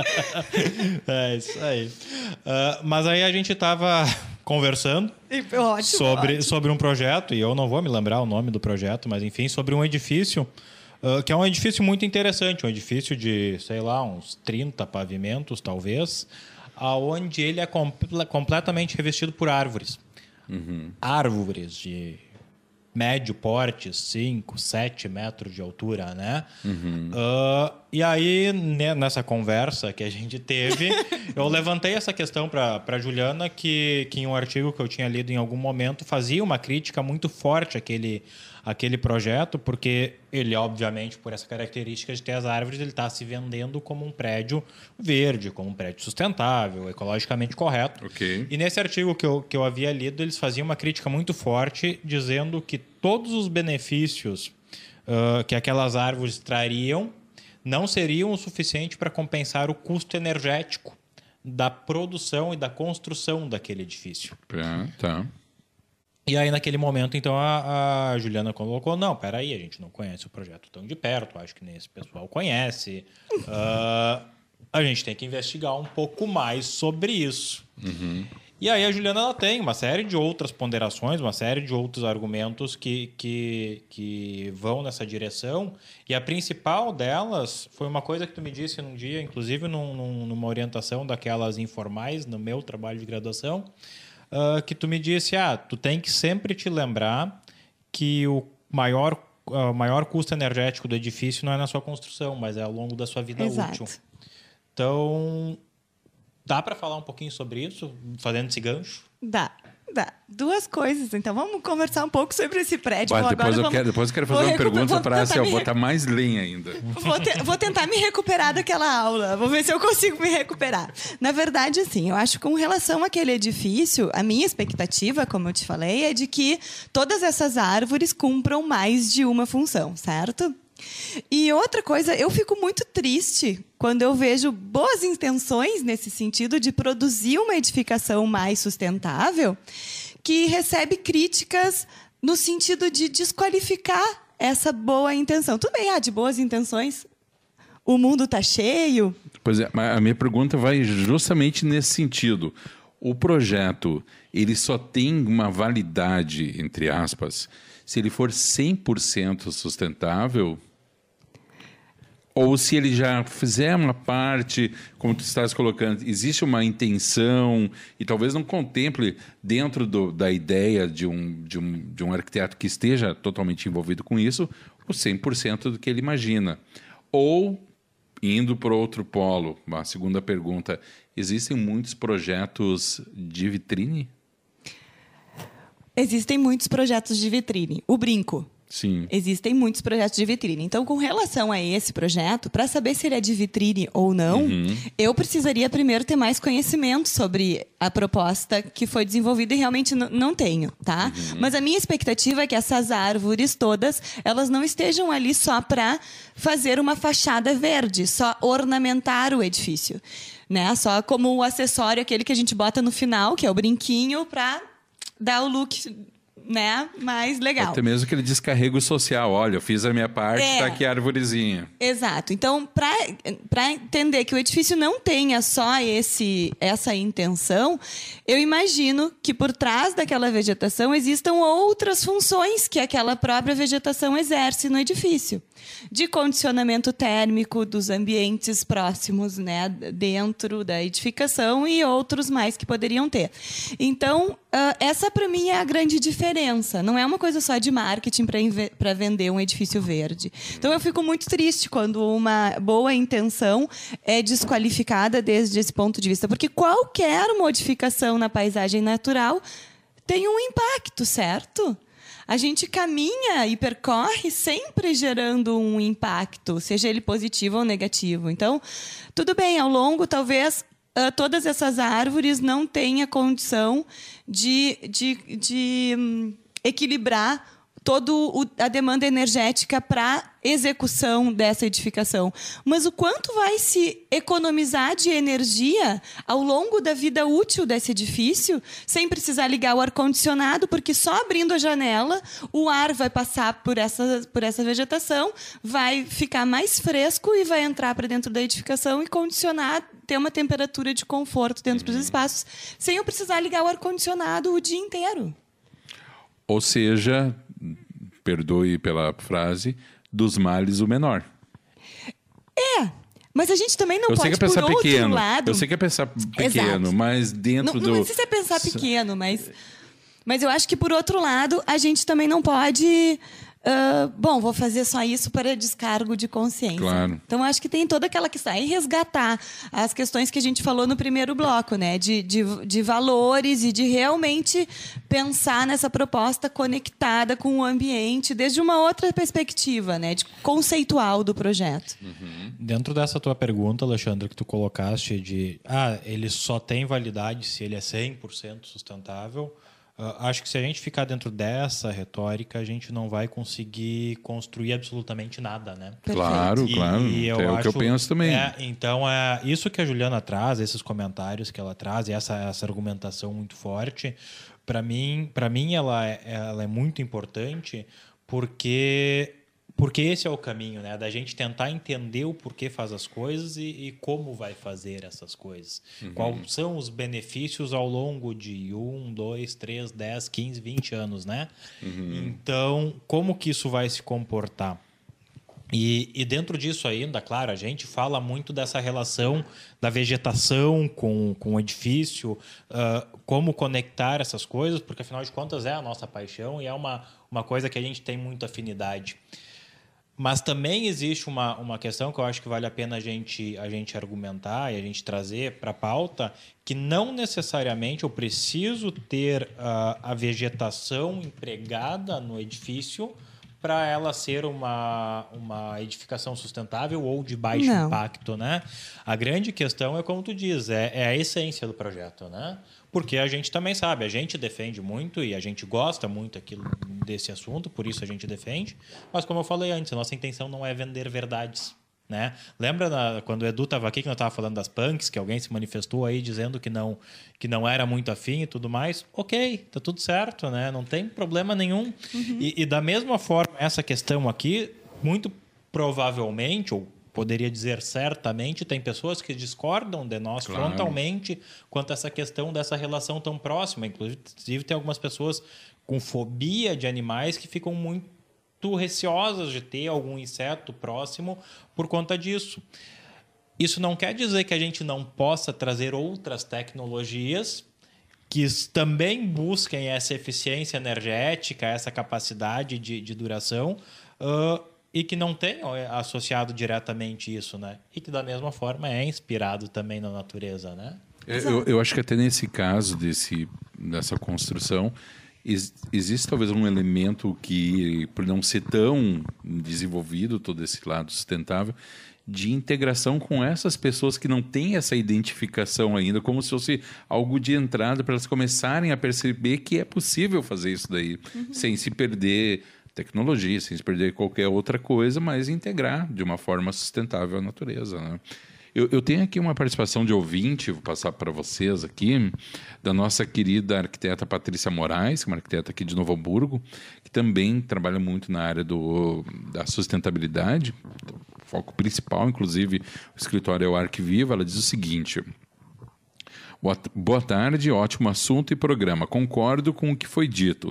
É isso aí. Uh, mas aí a gente estava conversando E, ótimo, sobre, ótimo. sobre um projeto, e eu não vou me lembrar o nome do projeto, mas enfim, sobre um edifício, uh, que é um edifício muito interessante, um edifício de, sei lá, uns trinta pavimentos, talvez, aonde ele é comple- completamente revestido por árvores. Uhum. Árvores de médio porte, cinco, sete metros de altura, né? Uhum. Uh, e aí, né, nessa conversa que a gente teve, eu levantei essa questão para a Juliana, que, que em um artigo que eu tinha lido em algum momento fazia uma crítica muito forte àquele, àquele projeto, porque ele, obviamente, por essa característica de ter as árvores, ele está se vendendo como um prédio verde, como um prédio sustentável, ecologicamente correto. Ok. E nesse artigo que eu, que eu havia lido, eles faziam uma crítica muito forte, dizendo que todos os benefícios uh, que aquelas árvores trariam não seriam o suficiente para compensar o custo energético da produção e da construção daquele edifício. É, tá. E aí, naquele momento, então, a, a Juliana colocou, não, peraí, a gente não conhece o projeto tão de perto, acho que nem esse pessoal conhece. Uh, a gente tem que investigar um pouco mais sobre isso. Uhum. E aí a Juliana ela tem uma série de outras ponderações, uma série de outros argumentos que, que, que vão nessa direção. E a principal delas foi uma coisa que tu me disse num dia, inclusive num, num, numa orientação daquelas informais no meu trabalho de graduação, uh, que tu me disse, ah, tu tem que sempre te lembrar que o maior, uh, maior custo energético do edifício não é na sua construção, mas é ao longo da sua vida Exato. útil. Então... Dá para falar um pouquinho sobre isso, fazendo esse gancho? Dá, dá. Duas coisas. Então, vamos conversar um pouco sobre esse prédio. Bah, Bom, depois, agora eu vamos- quero, depois eu quero fazer vou uma recuper- pergunta vou para tentar assim, me botar mais lenha ainda. Vou, te- vou tentar me recuperar daquela aula. Vou ver se eu consigo me recuperar. Na verdade, assim, eu acho que com relação àquele edifício, a minha expectativa, como eu te falei, é de que todas essas árvores cumpram mais de uma função, certo? E outra coisa, eu fico muito triste quando eu vejo boas intenções nesse sentido de produzir uma edificação mais sustentável que recebe críticas no sentido de desqualificar essa boa intenção. Tudo bem, ah, de boas intenções, o mundo está cheio. Pois é, mas a minha pergunta vai justamente nesse sentido. O projeto, ele só tem uma validade, entre aspas, se ele for cem por cento sustentável? Ou se ele já fizer uma parte, como tu estás colocando, existe uma intenção e talvez não contemple dentro do, da ideia de um, de, um, de um arquiteto que esteja totalmente envolvido com isso, o cem por cento do que ele imagina. Ou, indo para outro polo, a segunda pergunta, existem muitos projetos de vitrine? Existem muitos projetos de vitrine. O brinco. Sim. Existem muitos projetos de vitrine. Então, com relação a esse projeto, para saber se ele é de vitrine ou não, Uhum. eu precisaria primeiro ter mais conhecimento sobre a proposta que foi desenvolvida e realmente n- não tenho, tá? Uhum. Mas a minha expectativa é que essas árvores todas, elas não estejam ali só para fazer uma fachada verde, só ornamentar o edifício, né? Só como o acessório, aquele que a gente bota no final, que é o brinquinho, para dar o look, né, mais legal. Até mesmo aquele descarrego social. Olha, eu fiz a minha parte, É. tá aqui a arvorezinha. Exato. Então, para entender que o edifício não tenha só esse, essa intenção, eu imagino que por trás daquela vegetação existam outras funções que aquela própria vegetação exerce no edifício. De condicionamento térmico dos ambientes próximos, né, dentro da edificação e outros mais que poderiam ter. Então, ah, essa para mim é a grande diferença diferença. Não é uma coisa só de marketing para vender um edifício verde. Então, eu fico muito triste quando uma boa intenção é desqualificada desde esse ponto de vista. Porque qualquer modificação na paisagem natural tem um impacto, certo? A gente caminha e percorre sempre gerando um impacto, seja ele positivo ou negativo. Então, tudo bem, ao longo, talvez, uh, todas essas árvores não tenham condição de, de, de um, equilibrar toda a demanda energética para execução dessa edificação. Mas o quanto vai se economizar de energia ao longo da vida útil desse edifício, sem precisar ligar o ar-condicionado, porque só abrindo a janela, o ar vai passar por essa, por essa vegetação, vai ficar mais fresco e vai entrar para dentro da edificação e condicionar, ter uma temperatura de conforto dentro dos espaços, sem eu precisar ligar o ar-condicionado o dia inteiro. Ou seja, perdoe pela frase, dos males o menor. É, mas a gente também não eu pode, sei que é pensar por pequeno, outro lado... Eu sei que é pensar pequeno, Exato. Mas dentro não, do... Não precisa pensar pequeno, mas... Mas eu acho que, por outro lado, a gente também não pode... Uh, bom, vou fazer só isso para descargo de consciência. Claro. Então, acho que tem toda aquela questão. E resgatar as questões que a gente falou no primeiro bloco, né? De, de, de valores e de realmente pensar nessa proposta conectada com o ambiente desde uma outra perspectiva, né? De conceitual do projeto. Uhum. Dentro dessa tua pergunta, Alexandre, que tu colocaste de ah, ele só tem validade se ele é cem por cento sustentável. Uh, acho que se a gente ficar dentro dessa retórica, a gente não vai conseguir construir absolutamente nada, né? Claro, e, claro. E eu é acho, o que eu penso também. É, então, é, isso que a Juliana traz, esses comentários que ela traz, e essa, essa argumentação muito forte, para mim, para mim ela, é, ela é muito importante porque... Porque esse é o caminho, né? Da gente tentar entender o porquê faz as coisas e, e como vai fazer essas coisas. Uhum. Quais são os benefícios ao longo de um, dois, três, dez, quinze, vinte anos, né? Uhum. Então, como que isso vai se comportar? E, e dentro disso ainda, claro, a gente fala muito dessa relação da vegetação com, com o edifício, uh, como conectar essas coisas, porque, afinal de contas, é a nossa paixão e é uma, uma coisa que a gente tem muita afinidade. Mas também existe uma, uma questão que eu acho que vale a pena a gente, a gente argumentar e a gente trazer para a pauta, que não necessariamente eu preciso ter uh, a vegetação empregada no edifício para ela ser uma, uma edificação sustentável ou de baixo não. impacto, né? A grande questão é, como tu diz, é, é a essência do projeto, né? Porque a gente também sabe, a gente defende muito e a gente gosta muito aquilo, desse assunto, por isso a gente defende. Mas, como eu falei antes, a nossa intenção não é vender verdades, né? Lembra na, quando o Edu estava aqui, que nós estávamos falando das punks, que alguém se manifestou aí dizendo que não, que não era muito afim e tudo mais? Ok, tá tudo certo, né? Não tem problema nenhum. Uhum. E, e da mesma forma, essa questão aqui, muito provavelmente, ou poderia dizer certamente, tem pessoas que discordam de nós claro. frontalmente quanto a essa questão dessa relação tão próxima. Inclusive, tem algumas pessoas com fobia de animais que ficam muito receosas de ter algum inseto próximo por conta disso. Isso não quer dizer que a gente não possa trazer outras tecnologias que também busquem essa eficiência energética, essa capacidade de, de duração, uh, e que não tenham associado diretamente isso, né? E que, da mesma forma, é inspirado também na natureza, né? Eu, eu acho que até nesse caso desse, dessa construção, existe talvez um elemento que, por não ser tão desenvolvido todo esse lado sustentável, de integração com essas pessoas que não têm essa identificação ainda, como se fosse algo de entrada para elas começarem a perceber que é possível fazer isso daí, uhum. sem se perder tecnologia, sem se perder qualquer outra coisa, mas integrar de uma forma sustentável a natureza, né? Eu, eu tenho aqui uma participação de ouvinte, vou passar para vocês aqui, da nossa querida arquiteta Patrícia Moraes, que é uma arquiteta aqui de Novo Hamburgo, que também trabalha muito na área do, da sustentabilidade, o foco principal, inclusive, o escritório é o Arquiviva. Ela diz o seguinte: boa, boa tarde, ótimo assunto e programa, concordo com o que foi dito.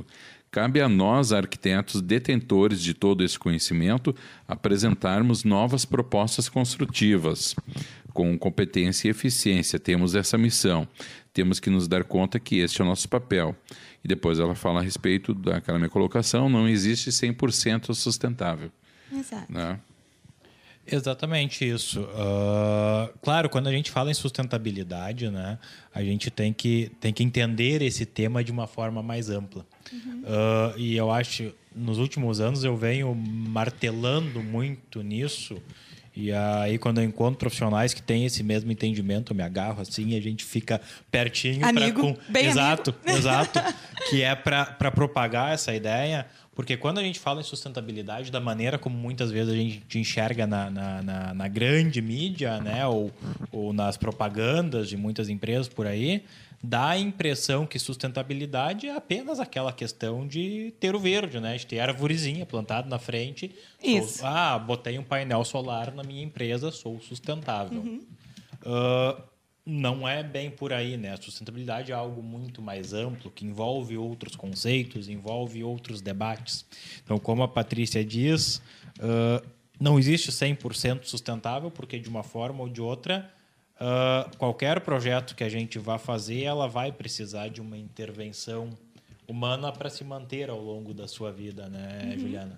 Cabe a nós, arquitetos detentores de todo esse conhecimento, apresentarmos novas propostas construtivas, com competência e eficiência. Temos essa missão. Temos que nos dar conta que este é o nosso papel. E depois ela fala a respeito daquela minha colocação, não existe cem por cento sustentável. Exato. Né? Exatamente isso. Uh, claro, quando a gente fala em sustentabilidade, né, a gente tem que, tem que entender esse tema de uma forma mais ampla. Uhum. Uh, e eu acho, nos últimos anos, eu venho martelando muito nisso. E aí, quando eu encontro profissionais que têm esse mesmo entendimento, eu me agarro assim e a gente fica pertinho. Amigo, pra, com... bem exato, amigo. Exato. Que é para propagar essa ideia. Porque quando a gente fala em sustentabilidade, da maneira como muitas vezes a gente enxerga na, na, na, na grande mídia, né? ou, ou nas propagandas de muitas empresas por aí, dá a impressão que sustentabilidade é apenas aquela questão de ter o verde, né? De ter arvorezinha plantada na frente. Isso. Sou, ah, botei um painel solar na minha empresa, sou sustentável. Uhum. Uh, não é bem por aí, né? A sustentabilidade é algo muito mais amplo, que envolve outros conceitos, envolve outros debates. Então, como a Patrícia diz, uh, não existe cem por cento sustentável, porque de uma forma ou de outra, uh, qualquer projeto que a gente vá fazer, ela vai precisar de uma intervenção humana para se manter ao longo da sua vida, né, uhum. Juliana?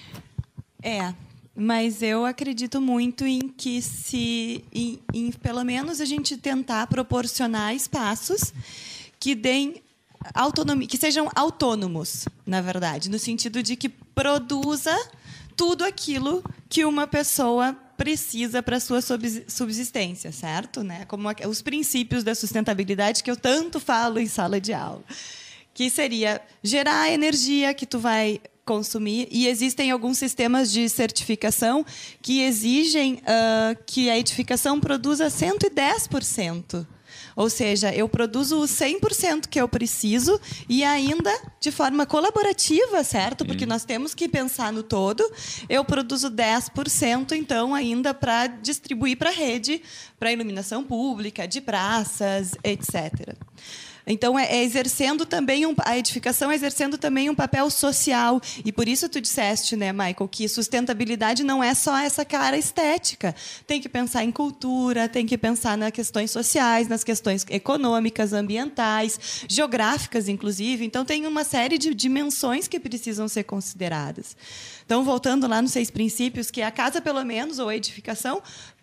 É. Mas eu acredito muito em que se, em, em, pelo menos, a gente tentar proporcionar espaços que deem autonomia, que sejam autônomos, na verdade, no sentido de que produza tudo aquilo que uma pessoa precisa para a sua subsistência, certo? Né? Como os princípios da sustentabilidade que eu tanto falo em sala de aula, que seria gerar a energia que tu vai consumir, e existem alguns sistemas de certificação que exigem uh, que a edificação produza cento e dez por cento. Ou seja, eu produzo o cem por cento que eu preciso e ainda de forma colaborativa, certo? Porque nós temos que pensar no todo. Eu produzo dez por cento, então, ainda para distribuir para a rede, para iluminação pública, de praças, etcétera. Então, é, é exercendo também um, a edificação é exercendo também um papel social. E por isso tu disseste, né, Michael, que sustentabilidade não é só essa cara estética. Tem que pensar em cultura, tem que pensar nas questões sociais, nas questões econômicas, ambientais, geográficas, inclusive. Então, tem uma série de dimensões que precisam ser consideradas. Então, voltando lá nos seis princípios, que a casa, pelo menos, ou a edificação,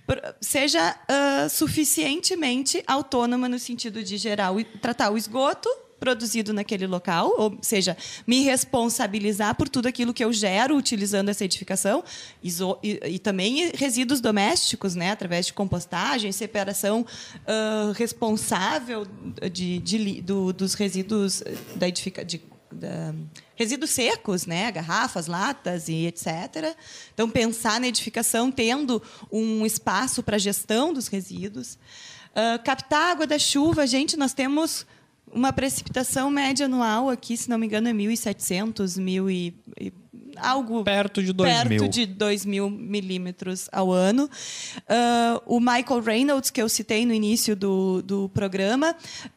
seja uh, suficientemente autônoma no sentido de gerar o, tratar o esgoto produzido naquele local, ou seja, me responsabilizar por tudo aquilo que eu gero utilizando essa edificação, iso, e, e também resíduos domésticos, né, através de compostagem, separação uh, responsável de, de, do, dos resíduos da edificação, da, resíduos secos, né, garrafas, latas e etcétera. Então, pensar na edificação tendo um espaço para a gestão dos resíduos. Uh, captar água da chuva. Gente, nós temos uma precipitação média anual aqui, se não me engano, é mil e setecentos, mil e, e algo perto de dois perto mil. de dois mil milímetros ao ano. Uh, o Michael Reynolds, que eu citei no início do, do programa,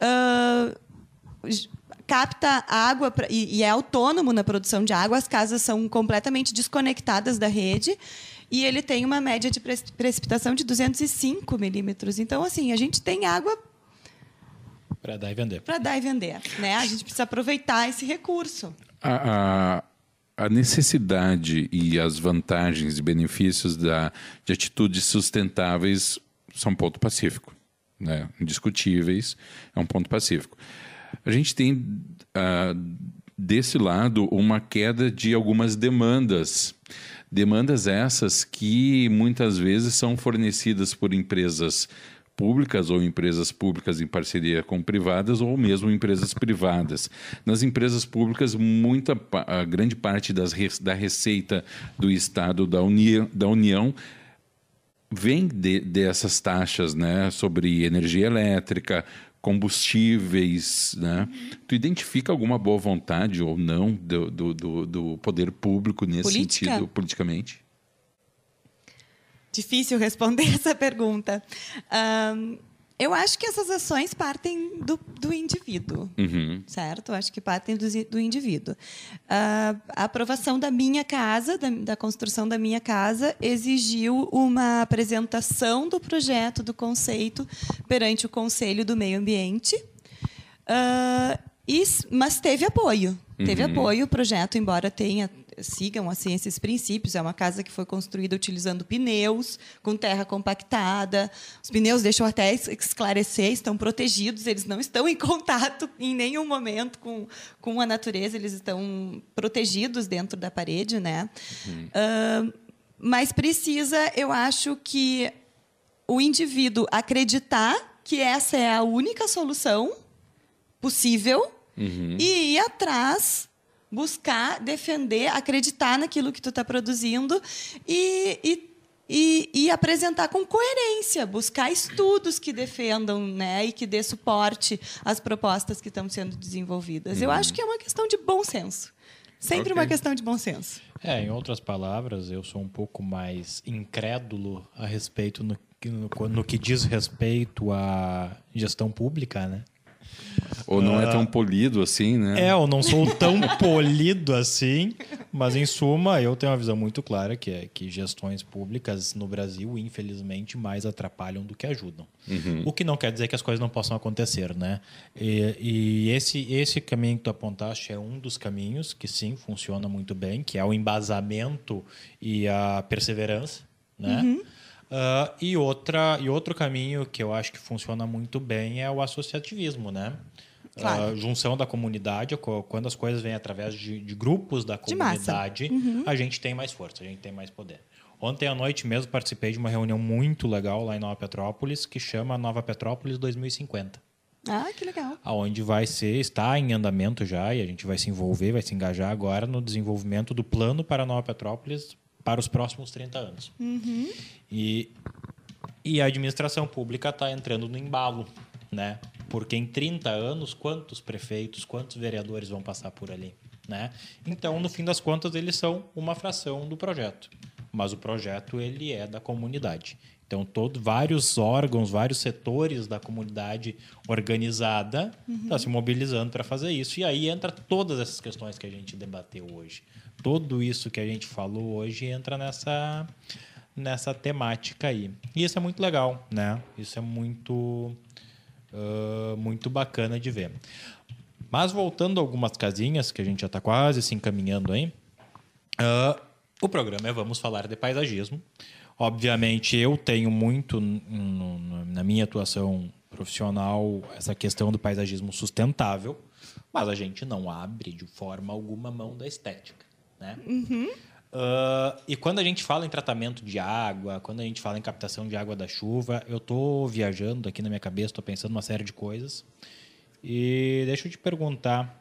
uh, capta água pra, e, e é autônomo na produção de água. As casas são completamente desconectadas da rede e ele tem uma média de precipitação de duzentos e cinco milímetros. Então, assim, a gente tem água para dar e vender. Para dar e vender, né? A gente precisa aproveitar esse recurso. A, a, a necessidade e as vantagens e benefícios da, de atitudes sustentáveis são um ponto pacífico, né? Indiscutíveis, é um ponto pacífico. A gente tem, uh, desse lado, uma queda de algumas demandas. Demandas essas que, muitas vezes, são fornecidas por empresas públicas ou empresas públicas em parceria com privadas ou mesmo empresas privadas. Nas empresas públicas, muita, a grande parte das, da receita do Estado, da União, da União vem de, dessas taxas, né, sobre energia elétrica, combustíveis, né? Tu identifica alguma boa vontade ou não do, do, do, do poder público nesse Política? sentido, politicamente? Difícil responder essa pergunta. Um, Eu acho que essas ações partem do, do indivíduo, Uhum. certo? Eu acho que partem do, do indivíduo. Uh, a aprovação da minha casa, da, da construção da minha casa, exigiu uma apresentação do projeto, do conceito, perante o Conselho do Meio Ambiente, uh, e, mas teve apoio. Uhum. Teve apoio o projeto, embora tenha... sigam assim esses princípios. É uma casa que foi construída utilizando pneus, com terra compactada. Os pneus, deixam até esclarecer, estão protegidos, eles não estão em contato em nenhum momento com, com a natureza, eles estão protegidos dentro da parede, né? Uhum. Uh, mas precisa, eu acho que o indivíduo acreditar que essa é a única solução possível, uhum, e ir atrás, buscar, defender, acreditar naquilo que tu está produzindo e, e, e, e apresentar com coerência, buscar estudos que defendam, né, e que dê suporte às propostas que estão sendo desenvolvidas. Uhum. Eu acho que é uma questão de bom senso. Sempre okay. uma questão de bom senso. É, em outras palavras, eu sou um pouco mais incrédulo a respeito no, no, no que diz respeito à gestão pública, né? Ou não uh, é tão polido assim, né? É, eu não sou tão polido assim, mas, em suma, eu tenho uma visão muito clara que é que gestões públicas no Brasil, infelizmente, mais atrapalham do que ajudam. Uhum. O que não quer dizer que as coisas não possam acontecer, né? E, e esse, esse caminho que tu apontaste é um dos caminhos que, sim, funciona muito bem, que é o embasamento e a perseverança, né? Uhum. Uh, e, outra, e outro caminho que eu acho que funciona muito bem é o associativismo, né? Claro. Uh, junção da comunidade, quando as coisas vêm através de, de grupos da comunidade, uhum, a gente tem mais força, a gente tem mais poder. Ontem à noite mesmo participei de uma reunião muito legal lá em Nova Petrópolis, que chama Nova Petrópolis dois mil e cinquenta. Ah, que legal. Onde vai ser, está em andamento já, e a gente vai se envolver, vai se engajar agora no desenvolvimento do plano para Nova Petrópolis para os próximos trinta anos. Uhum. E, e a administração pública está entrando no embalo, né? Porque em trinta anos, quantos prefeitos, quantos vereadores vão passar por ali, né? Então, no fim das contas, eles são uma fração do projeto. Mas o projeto ele é da comunidade. Então, todo, vários órgãos, vários setores da comunidade organizada estão uhum. se mobilizando para fazer isso. E aí entra todas essas questões que a gente debateu hoje. Tudo isso que a gente falou hoje entra nessa, nessa temática aí. E isso é muito legal, né? Isso é muito, uh, muito bacana de ver. Mas voltando a algumas casinhas, que a gente já está quase se encaminhando aí, uh, o programa é Vamos Falar de Paisagismo. Obviamente, eu tenho muito no, no, na minha atuação profissional essa questão do paisagismo sustentável, mas a gente não abre de forma alguma mão da estética, né? Uhum. Uh, e quando a gente fala em tratamento de água, quando a gente fala em captação de água da chuva, eu estou viajando aqui na minha cabeça, estou pensando uma série de coisas. E deixa eu te perguntar,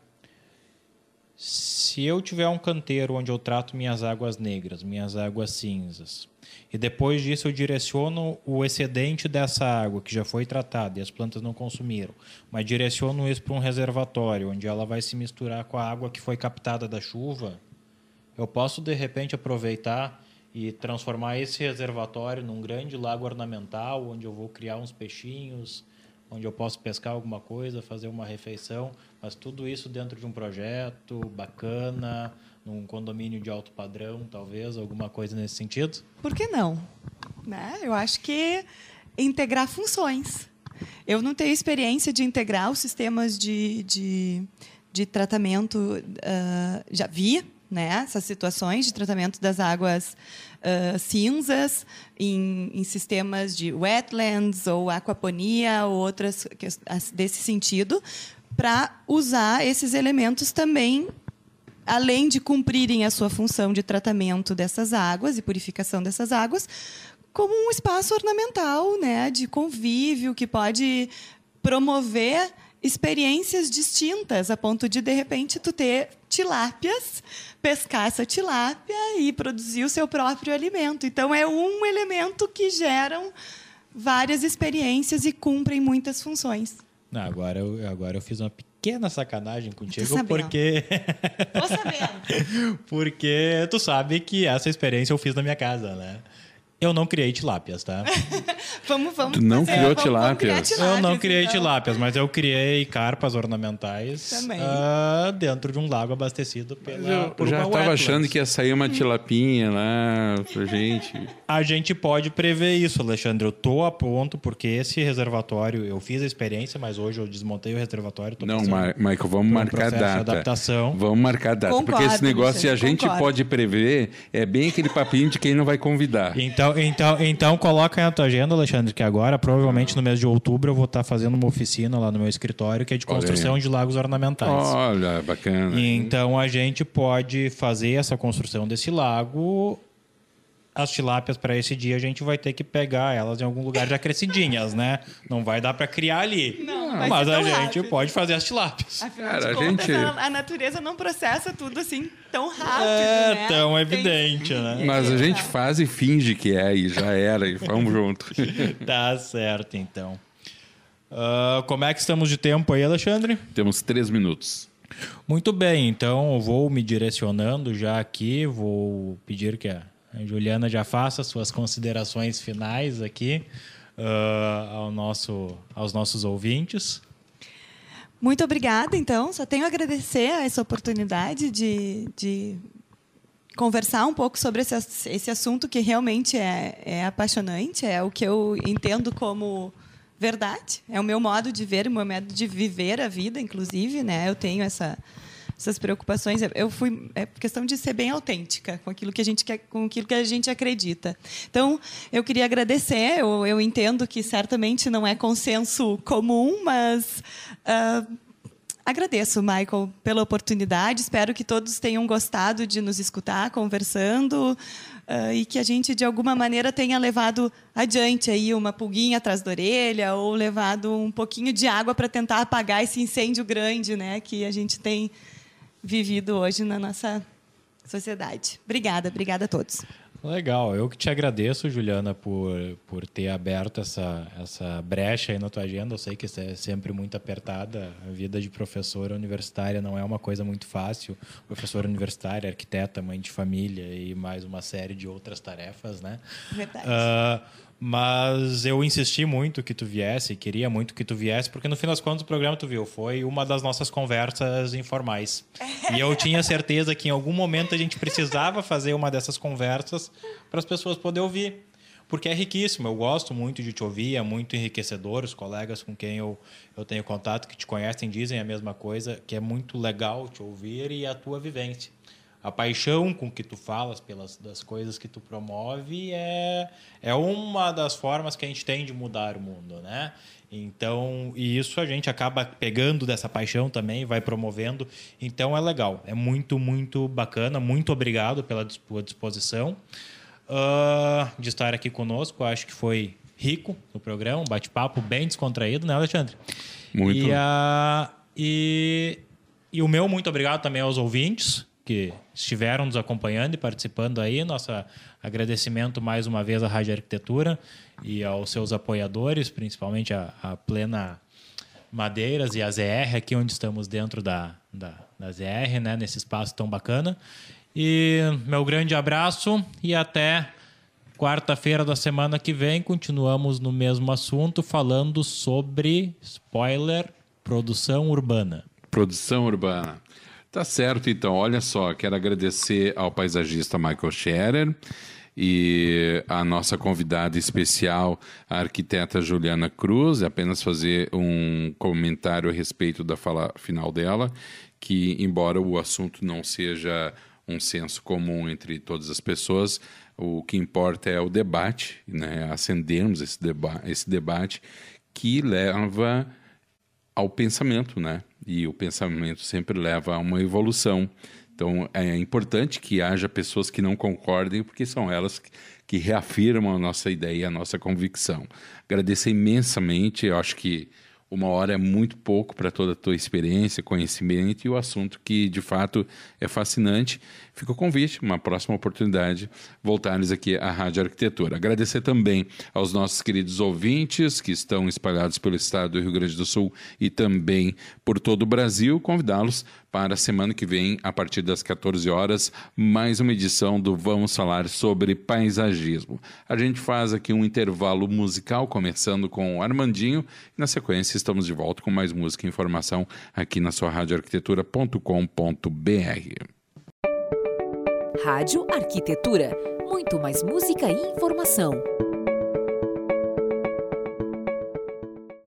se eu tiver um canteiro onde eu trato minhas águas negras, minhas águas cinzas, e depois disso eu direciono o excedente dessa água que já foi tratada e as plantas não consumiram, mas direciono isso para um reservatório onde ela vai se misturar com a água que foi captada da chuva, eu posso de repente aproveitar e transformar esse reservatório num grande lago ornamental onde eu vou criar uns peixinhos, onde eu posso pescar alguma coisa, fazer uma refeição, mas tudo isso dentro de um projeto bacana, num condomínio de alto padrão, talvez, alguma coisa nesse sentido? Por que não? Né? Eu acho que integrar funções. Eu não tenho experiência de integrar os sistemas de, de, de tratamento, uh, já vi, né, essas situações de tratamento das águas uh, cinzas em, em sistemas de wetlands ou aquaponia ou outras desse sentido, para usar esses elementos também, além de cumprirem a sua função de tratamento dessas águas e purificação dessas águas, como um espaço ornamental, né, de convívio que pode promover experiências distintas, a ponto de, de repente, tu ter tilápias, pescar essa tilápia e produzir o seu próprio alimento. Então, é um elemento que geram várias experiências e cumprem muitas funções. Não, agora, eu, agora eu fiz uma pequena sacanagem contigo, porque... Tô sabendo. Porque tu sabe que essa experiência eu fiz na minha casa, né? Eu não criei tilápias, tá? vamos, vamos Tu não fazer, criou vamos, vamos criar tilápias? Eu não criei então. tilápias, mas eu criei carpas ornamentais Também. uh, dentro de um lago abastecido pela Eu por já uma estava wetlands. achando que ia sair uma tilapinha lá pra gente. A gente pode prever isso, Alexandre. Eu tô a ponto, porque esse reservatório, eu fiz a experiência, mas hoje eu desmontei o reservatório. Tô Não, passando Ma- Michael, vamos por um marcar processo de data. adaptação. Vamos marcar data. Concordo, porque esse negócio, se a Alexandre, gente concordo. pode prever, é bem aquele papinho de quem não vai convidar. Então, então, então coloca na tua agenda, Alexandre, que agora, provavelmente no mês de outubro, eu vou estar fazendo uma oficina lá no meu escritório, que é de Olha aí. construção de lagos ornamentais. Olha, bacana. Então a gente pode fazer essa construção desse lago. As tilápias para esse dia a gente vai ter que pegar elas em algum lugar já crescidinhas, né? Não vai dar para criar ali. Não, não vai mas ser a tão gente rápido. pode fazer as tilápias. Afinal Cara, de a contas, gente- a, a natureza não processa tudo assim tão rápido, É né? tão Tem- evidente, né? Mas a gente faz e finge que é, e já era, e vamos junto. Tá certo, então. Ah, como é que estamos de tempo aí, Alexandre? Temos três minutos. Muito bem, então eu vou me direcionando já aqui, vou pedir que a Juliana já faça suas considerações finais aqui ah, ao nosso, aos nossos ouvintes. Muito obrigada, então. Só tenho a agradecer a essa oportunidade de, de conversar um pouco sobre esse, ass- esse assunto que realmente é, é apaixonante, é o que eu entendo como verdade, é o meu modo de ver, o meu modo de viver a vida, inclusive, né? Eu tenho essa, essas preocupações. Eu fui é questão de ser bem autêntica com aquilo que a gente quer, com aquilo que a gente acredita. Então, eu queria agradecer. Eu, eu entendo que certamente não é consenso comum, mas ah, agradeço, Michael, pela oportunidade. Espero que todos tenham gostado de nos escutar conversando uh, e que a gente, de alguma maneira, tenha levado adiante aí uma pulguinha atrás da orelha ou levado um pouquinho de água para tentar apagar esse incêndio grande, né, que a gente tem vivido hoje na nossa sociedade. Obrigada, obrigada a todos. Legal, eu que te agradeço, Juliana, por, por ter aberto essa, essa brecha aí na tua agenda. Eu sei que isso é sempre muito apertada. A vida de professora universitária não é uma coisa muito fácil. Professora universitária, arquiteta, mãe de família e mais uma série de outras tarefas, né? Verdade. Ah, mas eu insisti muito que tu viesse, queria muito que tu viesse, porque no fim das contas o programa, tu viu, foi uma das nossas conversas informais. E eu tinha certeza que em algum momento a gente precisava fazer uma dessas conversas para as pessoas poderem ouvir. Porque é riquíssimo, eu gosto muito de te ouvir, é muito enriquecedor. Os colegas com quem eu, eu tenho contato, que te conhecem, dizem a mesma coisa, que é muito legal te ouvir e a tua vivência. A paixão com que tu falas pelas das coisas que tu promove é, é uma das formas que a gente tem de mudar o mundo, né? Então, e isso a gente acaba pegando dessa paixão também, vai promovendo. Então, é legal. É muito, muito bacana. Muito obrigado pela tua disposição uh, de estar aqui conosco. Acho que foi rico o programa, um bate-papo bem descontraído, né, Alexandre? Muito. E, a, e, e o meu muito obrigado também aos ouvintes que estiveram nos acompanhando e participando aí. Nosso agradecimento mais uma vez à Rádio Arquitetura e aos seus apoiadores, principalmente a, a Plena Madeiras e a Z R, aqui onde estamos dentro da, da, da Z R, né, nesse espaço tão bacana. E meu grande abraço e até quarta-feira da semana que vem. Continuamos no mesmo assunto, falando sobre, spoiler, produção urbana. Produção urbana. Tá certo, então. Olha só, quero agradecer ao paisagista Michael Scherer e a nossa convidada especial, a arquiteta Juliana Cruz. Apenas fazer um comentário a respeito da fala final dela, que embora o assunto não seja um senso comum entre todas as pessoas, o que importa é o debate, né? Acendermos esse, deba- esse debate que leva ao pensamento, né? E o pensamento sempre leva a uma evolução. Então, é importante que haja pessoas que não concordem, porque são elas que reafirmam a nossa ideia e a nossa convicção. Agradecer imensamente. Eu acho que uma hora é muito pouco para toda a tua experiência, conhecimento e o assunto que, de fato, é fascinante. Fica o convite, uma próxima oportunidade, voltarmos aqui à Rádio Arquitetura. Agradecer também aos nossos queridos ouvintes que estão espalhados pelo estado do Rio Grande do Sul e também por todo o Brasil. Convidá-los para a semana que vem, a partir das quatorze horas, mais uma edição do Vamos Falar sobre Paisagismo. A gente faz aqui um intervalo musical, começando com o Armandinho, e na sequência estamos de volta com mais música e informação aqui na sua rádio arquitetura ponto com ponto b r. Rádio Arquitetura. Muito mais música e informação.